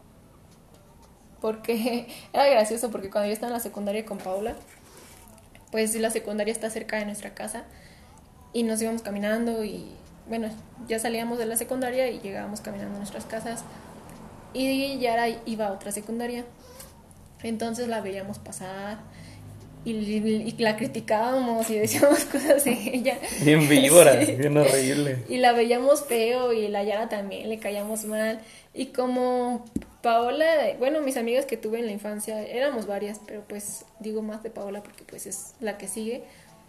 [SPEAKER 3] Porque era gracioso porque cuando yo estaba en la secundaria con Paula, pues la secundaria está cerca de nuestra casa y nos íbamos caminando y bueno, ya salíamos de la secundaria y llegábamos caminando a nuestras casas y Yara iba a otra secundaria. Entonces la veíamos pasar y la criticábamos y decíamos cosas de ella.
[SPEAKER 2] Bien víbora,
[SPEAKER 3] Sí.
[SPEAKER 2] bien horrible.
[SPEAKER 3] Y la veíamos feo y la Yara también le caíamos mal. Y como Paola, bueno, mis amigas que tuve en la infancia, éramos varias, pero pues digo más de Paola porque pues es la que sigue.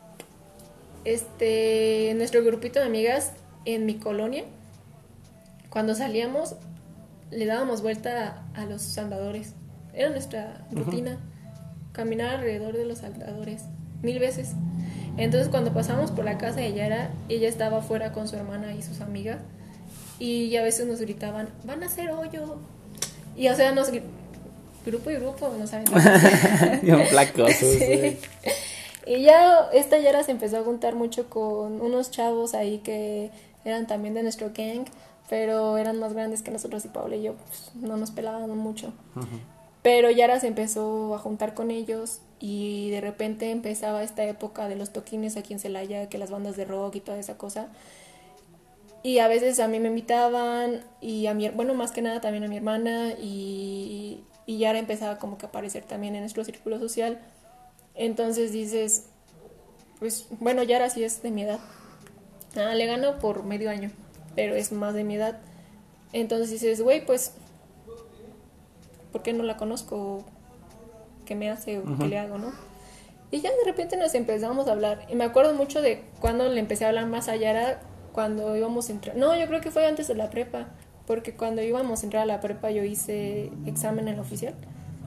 [SPEAKER 3] Nuestro grupito de amigas en mi colonia, cuando salíamos, le dábamos vuelta a los andadores. Era nuestra rutina, caminar alrededor de los andadores, 1000 veces. Entonces cuando pasamos por la casa de Yara, ella estaba afuera con su hermana y sus amigas, y a veces nos gritaban, van a hacer hoyo. Y o sea, grupo y grupo nos aventaban.
[SPEAKER 2] Bien placosos.
[SPEAKER 3] Sí. Y ya esta Yara se empezó a juntar mucho con unos chavos ahí que eran también de nuestro gang, pero eran más grandes que nosotros y Paula y yo pues, no nos pelaban mucho. Pero Yara se empezó a juntar con ellos y de repente empezaba esta época de los toquines aquí en Celaya, que las bandas de rock y toda esa cosa. Y a veces a mí me invitaban y bueno, más que nada también a mi hermana y Yara empezaba como que a aparecer también en nuestro círculo social. Entonces dices, pues bueno, Yara sí es de mi edad. Le gano por medio año, pero es más de mi edad. Entonces dices, güey, pues, ¿por qué no la conozco? ¿Qué me hace o qué le hago, no? Y ya de repente nos empezamos a hablar. Y me acuerdo mucho de cuando le empecé a hablar más a Yara, cuando íbamos a entrar. No, yo creo que fue antes de la prepa, porque cuando íbamos a entrar a la prepa yo hice examen en la oficial.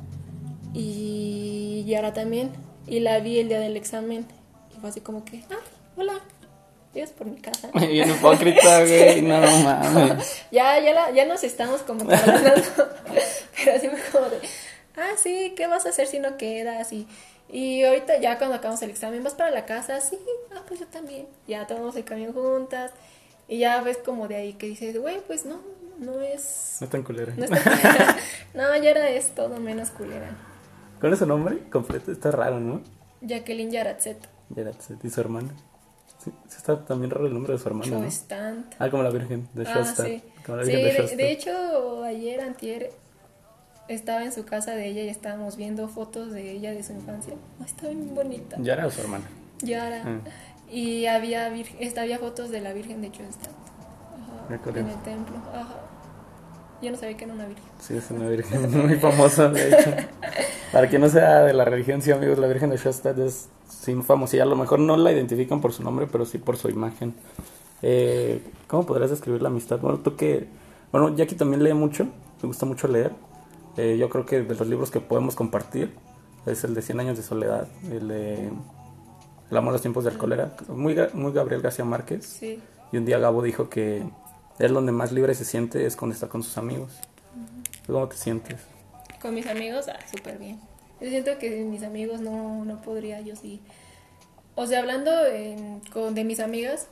[SPEAKER 3] Y Yara también. Y la vi el día del examen. Y fue así como que, hola, ¿llegas por mi casa?
[SPEAKER 2] Bien hipócrita, güey. No mames.
[SPEAKER 3] Ya nos estamos como que hablando. Pero así fue como de, sí, ¿qué vas a hacer si no quedas? Y ahorita ya cuando acabamos el examen, ¿vas para la casa? Sí, pues yo también. Ya tomamos el camión juntas. Y ya ves como de ahí que dices, güey, pues no es...
[SPEAKER 2] No es tan culera.
[SPEAKER 3] No es tan culera. No, Yara es todo menos culera.
[SPEAKER 2] ¿Cuál es su nombre completo? Está raro, ¿no?
[SPEAKER 3] Jacqueline Yaratzet.
[SPEAKER 2] Yaratzet. ¿Y su hermana? Sí, está también raro el nombre de su hermana, ¿no?
[SPEAKER 3] Shoestant.
[SPEAKER 2] Como la Virgen de Shostat.
[SPEAKER 3] Sí.
[SPEAKER 2] Como la Virgen de Shostat.
[SPEAKER 3] De hecho, antier, estaba en su casa de ella y estábamos viendo fotos de ella de su infancia. Estaba bien bonita.
[SPEAKER 2] ¿Yara o su hermana?
[SPEAKER 3] Yara. Y había fotos de la Virgen de Shoestat. En el templo. Ajá. Yo no sabía que era una virgen.
[SPEAKER 2] Sí, es una virgen muy famosa, de hecho. Para quien no sea de la religión, sí, amigos, la Virgen de Shostat es sí, famosa. Y a lo mejor no la identifican por su nombre, pero sí por su imagen. ¿Cómo podrías describir la amistad? Bueno, Bueno, Jackie también lee mucho, me gusta mucho leer. Yo creo que de los libros que podemos compartir es el de 100 años de soledad, el de El amor a los tiempos del cólera, muy Gabriel García Márquez.
[SPEAKER 3] Sí.
[SPEAKER 2] Y un día Gabo dijo que él donde más libre se siente es cuando está con sus amigos. ¿Cómo te sientes?
[SPEAKER 3] Con mis amigos, súper bien. Yo siento que sin mis amigos no podría, yo sí. O sea, hablando de mis amigas,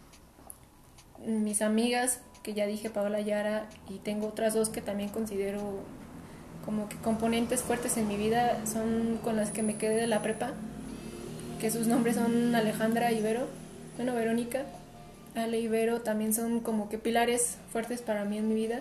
[SPEAKER 3] que ya dije, Paola, Yara, y tengo otras dos que también considero como que componentes fuertes en mi vida, son con las que me quedé de la prepa, que sus nombres son Alejandra y Vero, bueno, Verónica. Ale y Vero también son como que pilares fuertes para mí en mi vida.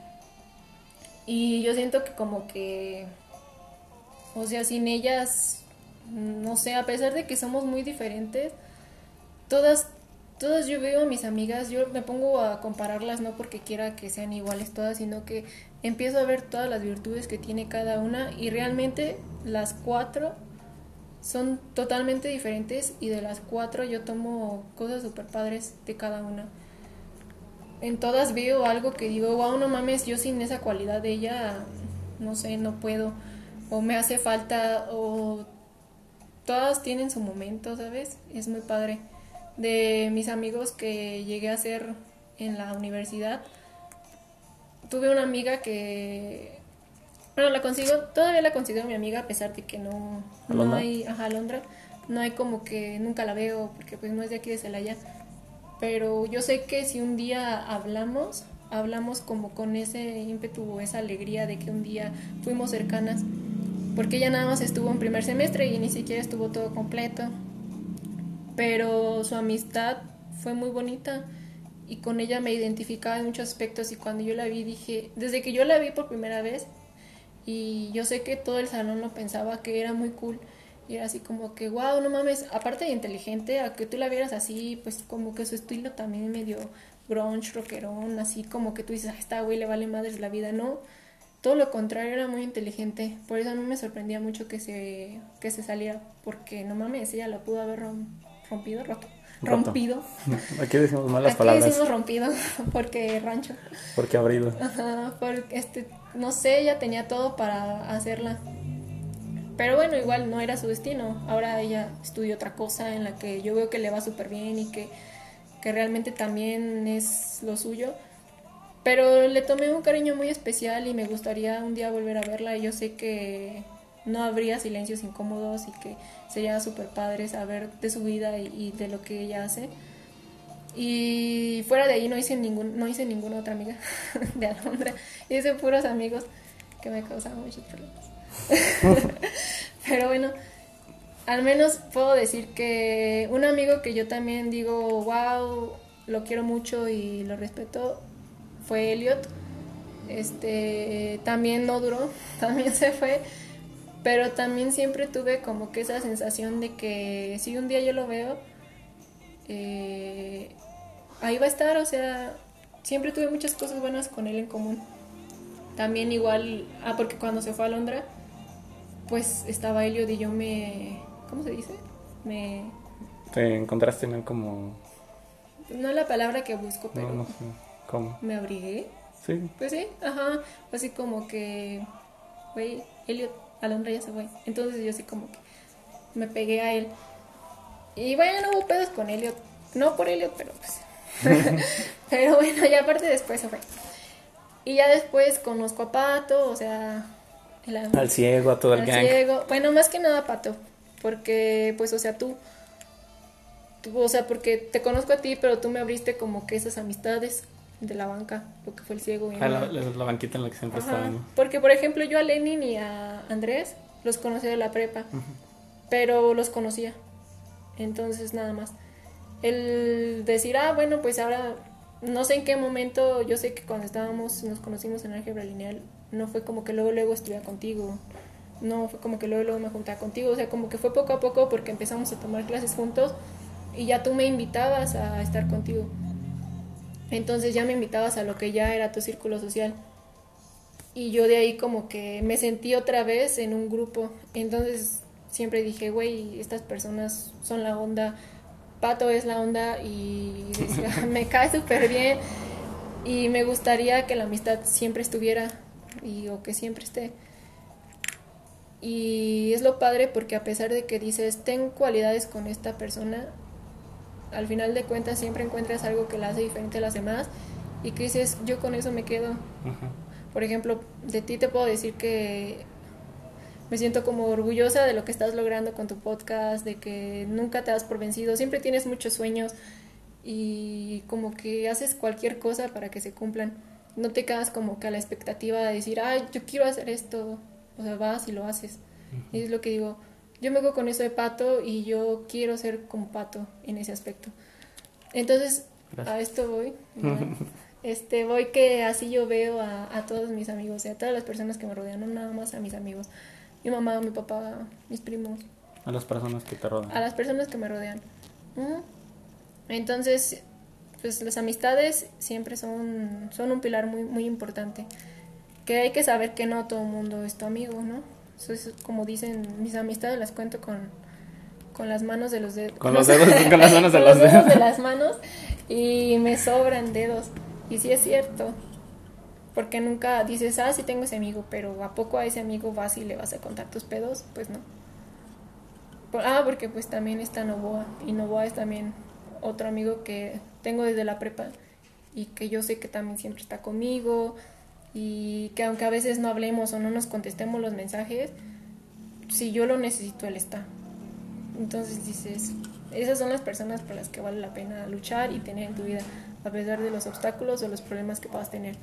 [SPEAKER 3] Y yo siento que como que, o sea, sin ellas, no sé, a pesar de que somos muy diferentes, todas yo veo a mis amigas, yo me pongo a compararlas no porque quiera que sean iguales todas, sino que empiezo a ver todas las virtudes que tiene cada una y realmente las 4 son totalmente diferentes y de las 4 yo tomo cosas súper padres de cada una. En todas veo algo que digo, wow, no mames, yo sin esa cualidad de ella, no sé, no puedo, o me hace falta, o todas tienen su momento, ¿sabes? Es muy padre. De mis amigos que llegué a hacer en la universidad, tuve una amiga que, bueno, todavía la considero mi amiga a pesar de que no hay, Alondra, no hay como que nunca la veo porque pues no es de aquí de Celaya, pero yo sé que si un día hablamos como con ese ímpetu, esa alegría de que un día fuimos cercanas, porque ella nada más estuvo en primer semestre y ni siquiera estuvo todo completo, pero su amistad fue muy bonita y con ella me identificaba en muchos aspectos y cuando yo la vi dije, desde que yo la vi por primera vez y yo sé que todo el salón lo pensaba que era muy cool y era así como que wow, no mames, aparte de inteligente, a que tú la vieras así, pues como que su estilo también medio grunge, rockerón, así como que tú dices, a esta güey le vale madres la vida, no, todo lo contrario, era muy inteligente, por eso a mí me sorprendía mucho que se saliera, porque no mames, ella la pudo haber rompido.
[SPEAKER 2] Aquí decimos malas
[SPEAKER 3] Aquí
[SPEAKER 2] palabras.
[SPEAKER 3] decimos rompido, porque rancho.
[SPEAKER 2] Porque abrido.
[SPEAKER 3] Ajá, porque no sé, ella tenía todo para hacerla. Pero bueno, igual no era su destino. Ahora ella estudia otra cosa en la que yo veo que le va súper bien y que realmente también es lo suyo. Pero le tomé un cariño muy especial y me gustaría un día volver a verla. Y yo sé que no habría silencios incómodos y que sería súper padre saber de su vida y de lo que ella hace. Y fuera de ahí no hice ninguna otra amiga de Alondra. Hice puros amigos que me causaban muchos problemas. Pero bueno, al menos puedo decir que un amigo que yo también digo, wow, lo quiero mucho y lo respeto, fue Elliot. También no duró, también se fue, pero también siempre tuve como que esa sensación de que si un día yo lo veo, ahí va a estar, o sea, siempre tuve muchas cosas buenas con él en común. También igual, porque cuando se fue a Londra, pues estaba Elliot y yo ¿cómo se dice?
[SPEAKER 2] Te encontraste en él como...
[SPEAKER 3] No la palabra que busco, pero...
[SPEAKER 2] No sé, ¿cómo?
[SPEAKER 3] ¿Me abrigué?
[SPEAKER 2] Sí.
[SPEAKER 3] Pues sí, ajá, así como que, güey, Elliot, Alondra ya se fue. Entonces yo así como que me pegué a él. Y bueno, no hubo pedos con Elliot, no por Elliot, pero pues... Pero bueno, ya aparte después se fue. Y ya después conozco a Pato, o sea...
[SPEAKER 2] Al ciego, a todo el gang.
[SPEAKER 3] Ciego. Bueno, más que nada Pato, porque pues, o sea, tú, o sea, porque te conozco a ti, pero tú me abriste como que esas amistades de la banca, lo que fue el ciego. Y
[SPEAKER 2] la banquita en la que siempre estábamos.
[SPEAKER 3] Porque, por ejemplo, yo a Lenin y a Andrés los conocí de la prepa, pero los conocía. Entonces, nada más. El decir, bueno, pues ahora, no sé en qué momento, yo sé que cuando nos conocimos en álgebra lineal, no fue como que luego estudié contigo, no fue como que luego me juntaba contigo, o sea, como que fue poco a poco porque empezamos a tomar clases juntos y ya tú me invitabas a estar contigo. Entonces ya me invitabas a lo que ya era tu círculo social. Y yo de ahí como que me sentí otra vez en un grupo. Entonces siempre dije, güey, estas personas son la onda, Pato es la onda y decía, me cae súper bien y me gustaría que la amistad siempre estuviera o que siempre esté. Y es lo padre porque a pesar de que dices, ten cualidades con esta persona, al final de cuentas siempre encuentras algo que la hace diferente a las demás y que dices, yo con eso me quedo. Por ejemplo, de ti te puedo decir que me siento como orgullosa de lo que estás logrando con tu podcast, de que nunca te das por vencido, siempre tienes muchos sueños y como que haces cualquier cosa para que se cumplan. No te quedas como que a la expectativa de decir, yo quiero hacer esto, o sea, vas y lo haces. Y es lo que digo, yo me quedo con eso de Pato y yo quiero ser como Pato en ese aspecto. Entonces, gracias. A esto voy. Voy que así yo veo a todos mis amigos, a todas las personas que me rodean, no nada más a mis amigos. Mi mamá, mi papá, mis primos.
[SPEAKER 2] A las personas que te rodean.
[SPEAKER 3] A las personas que me rodean. Entonces, pues las amistades siempre son un pilar muy, muy importante. Que hay que saber que no todo el mundo es tu amigo, ¿no? Eso es como dicen, mis amistades las cuento con las manos de los dedos.
[SPEAKER 2] Con los dedos, con las manos de los
[SPEAKER 3] dedos. De las manos y me sobran dedos. Y sí es cierto. Porque nunca dices, sí tengo ese amigo, pero ¿a poco a ese amigo vas y le vas a contar tus pedos? Pues no. Porque pues también está Novoa. Y Novoa es también otro amigo que tengo desde la prepa y que yo sé que también siempre está conmigo y que aunque a veces no hablemos o no nos contestemos los mensajes, si yo lo necesito, él está. Entonces dices, esas son las personas por las que vale la pena luchar y tener en tu vida, a pesar de los obstáculos o los problemas que puedas tener.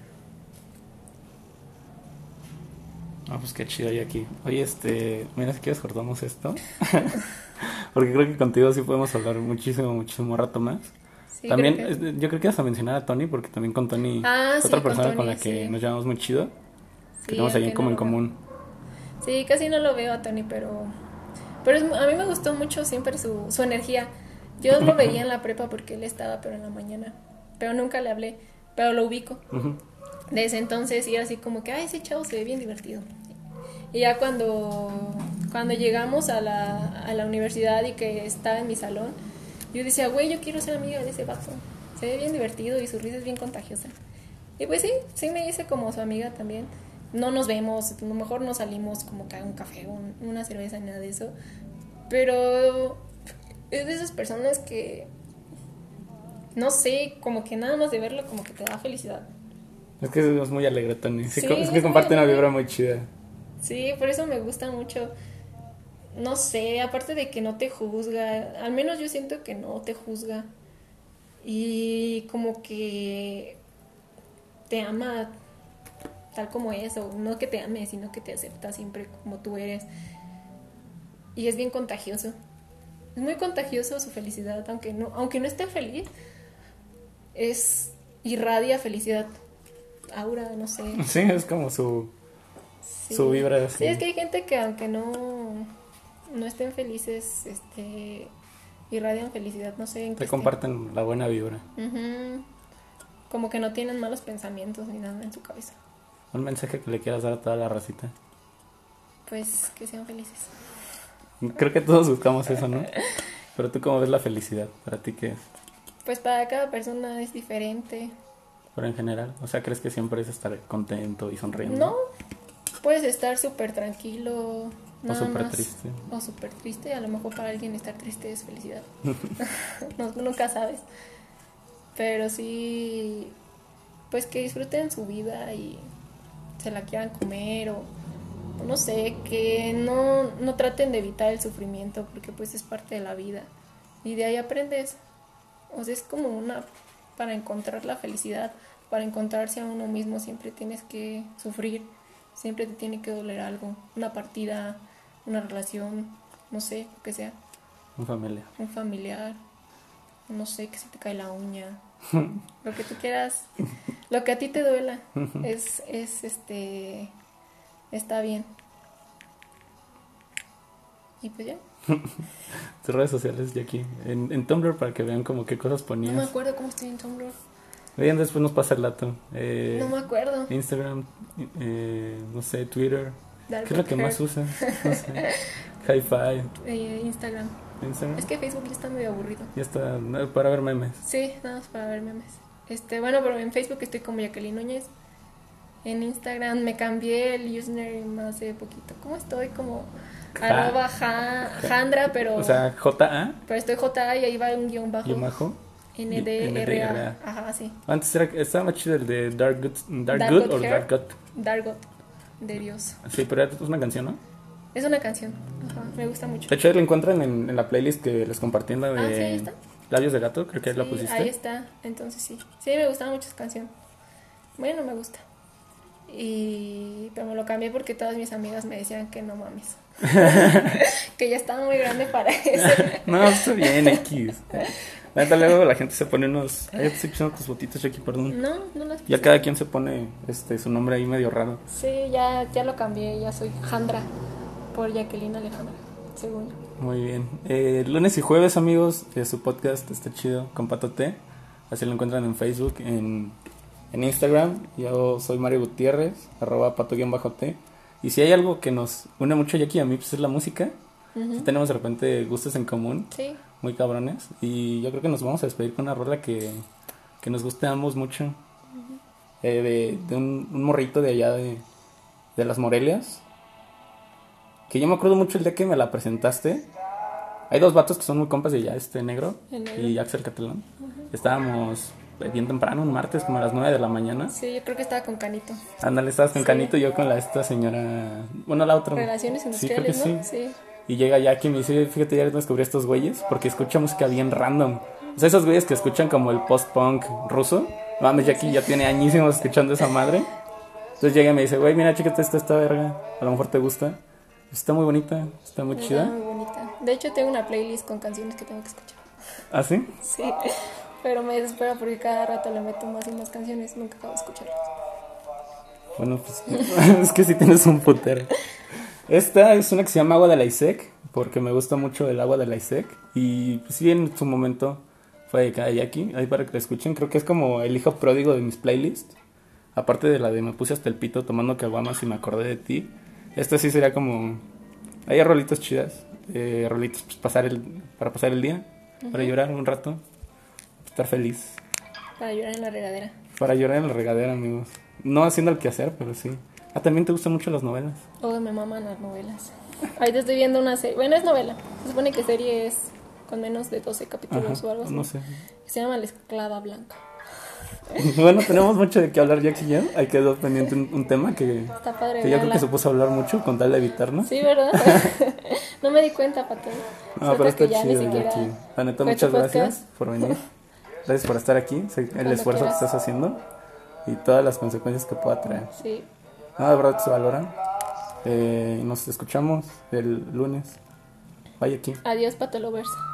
[SPEAKER 2] Ah, pues qué chido hay aquí. Oye, mira, si quieres cortamos esto. Porque creo que contigo sí podemos hablar muchísimo rato más.
[SPEAKER 3] Sí,
[SPEAKER 2] también,
[SPEAKER 3] creo
[SPEAKER 2] yo creo que vas a mencionar a Tony, porque también con Tony es
[SPEAKER 3] sí,
[SPEAKER 2] otra
[SPEAKER 3] con
[SPEAKER 2] persona
[SPEAKER 3] Tony,
[SPEAKER 2] con la que
[SPEAKER 3] sí.
[SPEAKER 2] nos llevamos muy chido.
[SPEAKER 3] Sí,
[SPEAKER 2] Que tenemos ahí
[SPEAKER 3] aunque
[SPEAKER 2] como
[SPEAKER 3] no
[SPEAKER 2] en
[SPEAKER 3] lo
[SPEAKER 2] común.
[SPEAKER 3] Sí, casi no lo veo a Tony, pero a mí me gustó mucho siempre su energía. Yo lo veía en la prepa porque él estaba, pero en la mañana. Pero nunca le hablé, pero lo ubico.
[SPEAKER 2] Ujú.
[SPEAKER 3] Desde entonces y era así como que, ay, ese chavo se ve bien divertido. Y ya cuando llegamos a la universidad y que estaba en mi salón, yo decía, güey, yo quiero ser amiga de ese vato. Se ve bien divertido y su risa es bien contagiosa. Y pues sí me hice como su amiga también. No nos vemos, a lo mejor no salimos como que a un café o una cerveza, nada de eso. Pero es de esas personas que, no sé, como que nada más de verlo como que te da felicidad.
[SPEAKER 2] Es que es muy alegre, Tony. Sí,
[SPEAKER 3] Sí,
[SPEAKER 2] es que
[SPEAKER 3] es
[SPEAKER 2] comparte
[SPEAKER 3] muy
[SPEAKER 2] una
[SPEAKER 3] alegre.
[SPEAKER 2] vibra muy chida.
[SPEAKER 3] Sí, por eso me gusta mucho. No sé, aparte de que no te juzga, al menos yo siento que no te juzga. Y como que te ama tal como es, o no que te ame, sino que te acepta siempre como tú eres. Y es bien contagioso. Es muy contagioso su felicidad, aunque no esté feliz, irradia felicidad, aura, no sé.
[SPEAKER 2] Sí, es como su vibra así.
[SPEAKER 3] Sí, es que hay gente que aunque no estén felices, irradian felicidad, no sé en qué
[SPEAKER 2] Te
[SPEAKER 3] esté.
[SPEAKER 2] comparten la buena vibra.
[SPEAKER 3] Ujú. Como que no tienen malos pensamientos ni nada en su cabeza.
[SPEAKER 2] Un mensaje que le quieras dar a toda la racita.
[SPEAKER 3] Pues que sean felices.
[SPEAKER 2] Creo que todos buscamos eso, ¿no? Pero tú, ¿cómo ves la felicidad? ¿Para ti qué es?
[SPEAKER 3] Pues para cada persona es diferente.
[SPEAKER 2] Pero en general, o sea, ¿crees que siempre es estar contento y sonriendo?
[SPEAKER 3] No, puedes estar súper tranquilo,
[SPEAKER 2] O
[SPEAKER 3] nada
[SPEAKER 2] súper
[SPEAKER 3] más.
[SPEAKER 2] triste.
[SPEAKER 3] O súper triste, a lo mejor para alguien estar triste es felicidad. Nunca sabes. Pero sí, pues que disfruten su vida y se la quieran comer o no sé, que no traten de evitar el sufrimiento porque pues es parte de la vida y de ahí aprendes. O sea, es como para encontrar la felicidad, para encontrarse a uno mismo siempre tienes que sufrir, siempre te tiene que doler algo, una partida, una relación, no sé, lo que sea,
[SPEAKER 2] Un familia.
[SPEAKER 3] un familiar, no sé, que se te cae la uña, lo que tú quieras, lo que a ti te duela, está bien. Y pues ya.
[SPEAKER 2] Tus redes sociales, Jackie. En Tumblr para que vean como qué cosas
[SPEAKER 3] No
[SPEAKER 2] ponías.
[SPEAKER 3] me acuerdo cómo estoy en Tumblr.
[SPEAKER 2] Vean, después nos pasa el dato.
[SPEAKER 3] No me acuerdo.
[SPEAKER 2] Instagram, no sé, Twitter.
[SPEAKER 3] Dark
[SPEAKER 2] ¿Qué es lo que
[SPEAKER 3] Hair.
[SPEAKER 2] más usa? No sé. Hi-Fi.
[SPEAKER 3] Instagram.
[SPEAKER 2] Instagram.
[SPEAKER 3] Es que Facebook ya está medio aburrido.
[SPEAKER 2] Ya está, para ver memes.
[SPEAKER 3] Sí, nada más para ver memes. Bueno, pero en Facebook estoy como Jacqueline Núñez. En Instagram me cambié el username hace poquito. ¿Cómo estoy? Como @Jandra, pero
[SPEAKER 2] O sea, JA,
[SPEAKER 3] pero estoy JA y ahí va un guión bajo.
[SPEAKER 2] guión bajo.
[SPEAKER 3] NDRA. Ajá, sí.
[SPEAKER 2] Antes estaba más chido el de Dark Good
[SPEAKER 3] Dark
[SPEAKER 2] o
[SPEAKER 3] Hair.
[SPEAKER 2] Dark God.
[SPEAKER 3] Dargot. De Dios.
[SPEAKER 2] Sí, pero es una canción, ¿no?
[SPEAKER 3] Es una canción. Ajá, me gusta mucho.
[SPEAKER 2] De hecho, ahí la encuentran en la playlist que les compartí en la de
[SPEAKER 3] Sí, ahí está.
[SPEAKER 2] Labios de Gato, creo que ahí la
[SPEAKER 3] Sí,
[SPEAKER 2] pusiste.
[SPEAKER 3] ahí está. Entonces sí. Sí, me gustaba mucho esa canción. Bueno, me gusta. Pero me lo cambié porque todas mis amigas me decían que no mames. Que ya estaba muy grande para eso.
[SPEAKER 2] No, está bien, X. La neta, luego la gente se pone unos... Ay, te estoy pisando tus fotitos, Jackie, perdón.
[SPEAKER 3] No las
[SPEAKER 2] Ya
[SPEAKER 3] puse.
[SPEAKER 2] cada quien se pone su nombre ahí medio raro.
[SPEAKER 3] Sí, ya lo cambié. Ya soy Jandra. Por Jacqueline Alejandra, según yo.
[SPEAKER 2] Muy bien. Lunes y jueves, amigos, su podcast está chido, con Pato T. Así lo encuentran en Facebook, en Instagram. Yo soy Mario Gutiérrez, @pato_t. Y si hay algo que nos une mucho, Jackie, a mí, pues es la música. Sí tenemos de repente gustos en común,
[SPEAKER 3] Sí.
[SPEAKER 2] muy cabrones. Y yo creo que nos vamos a despedir con una rola que nos guste a ambos mucho. De un morrito de allá de las Morelias. Que yo me acuerdo mucho el día que me la presentaste. Hay dos vatos que son muy compas de allá, Negro
[SPEAKER 3] El Negro.
[SPEAKER 2] y Axel Catalán. Estábamos bien temprano, un martes, como a las 9 de la mañana.
[SPEAKER 3] Sí, yo creo que estaba con Canito.
[SPEAKER 2] Ándale, estabas con
[SPEAKER 3] Sí.
[SPEAKER 2] Canito y yo con esta señora, bueno, la otra.
[SPEAKER 3] Relaciones
[SPEAKER 2] Sí, creo que
[SPEAKER 3] industriales,
[SPEAKER 2] sí.
[SPEAKER 3] ¿no? Sí.
[SPEAKER 2] Y llega Jackie y me dice, fíjate, ya descubrí a estos güeyes porque escucha música bien random. O sea, esos güeyes que escuchan como el post-punk ruso. No mames, Jackie ya tiene añísimos escuchando esa madre. Entonces llega y me dice, güey, mira, chécate esta verga. A lo mejor te gusta. Está muy bonita, está muy
[SPEAKER 3] Está
[SPEAKER 2] chida.
[SPEAKER 3] muy bonita. De hecho, tengo una playlist con canciones que tengo que escuchar.
[SPEAKER 2] ¿Ah, sí?
[SPEAKER 3] Sí, pero me desespera porque cada rato le meto más y más canciones. Nunca acabo de escucharlas.
[SPEAKER 2] Bueno, pues es que sí tienes un putero. Esta es una que se llama Agua de la ISEC, porque me gusta mucho el agua de la ISEC. Y pues sí, en su momento fue dedicada a Jackie, ahí para que la escuchen. Creo que es como el hijo pródigo de mis playlists. Aparte de la de me puse hasta el pito tomando caguamas y me acordé de ti. Esta sí sería como... Hay rolitas chidas, rolitas pues, para pasar el día, para llorar un rato, estar feliz.
[SPEAKER 3] Para llorar en la regadera.
[SPEAKER 2] Para llorar en la regadera, amigos. No haciendo el quehacer, pero sí. Ah, ¿también te gustan mucho las novelas?
[SPEAKER 3] Oh, me maman las novelas. Ahorita estoy viendo una serie. Bueno, es novela. Se supone que serie es con menos de 12 capítulos
[SPEAKER 2] Ajá,
[SPEAKER 3] o algo así.
[SPEAKER 2] no sé.
[SPEAKER 3] Se llama La Esclava Blanca.
[SPEAKER 2] Bueno, tenemos mucho de qué hablar, Jackie y yo. Ahí quedó pendiente un tema que
[SPEAKER 3] Está padre.
[SPEAKER 2] yo creo
[SPEAKER 3] véanla.
[SPEAKER 2] que se puso a hablar mucho con tal de evitarnos.
[SPEAKER 3] Sí, ¿verdad? No me di cuenta, Pato.
[SPEAKER 2] No, pero
[SPEAKER 3] Suerte
[SPEAKER 2] está
[SPEAKER 3] que ya ni
[SPEAKER 2] chido,
[SPEAKER 3] siquiera
[SPEAKER 2] Jackie. La neta,
[SPEAKER 3] fue tu
[SPEAKER 2] muchas
[SPEAKER 3] podcast.
[SPEAKER 2] gracias por venir. Gracias por estar aquí. Sé el
[SPEAKER 3] Cuando
[SPEAKER 2] esfuerzo
[SPEAKER 3] quieras.
[SPEAKER 2] que estás haciendo y todas las consecuencias que pueda traer.
[SPEAKER 3] Sí.
[SPEAKER 2] No, de verdad se valora. Nos escuchamos el lunes. Bye, aquí.
[SPEAKER 3] Adiós, Pato Lovers.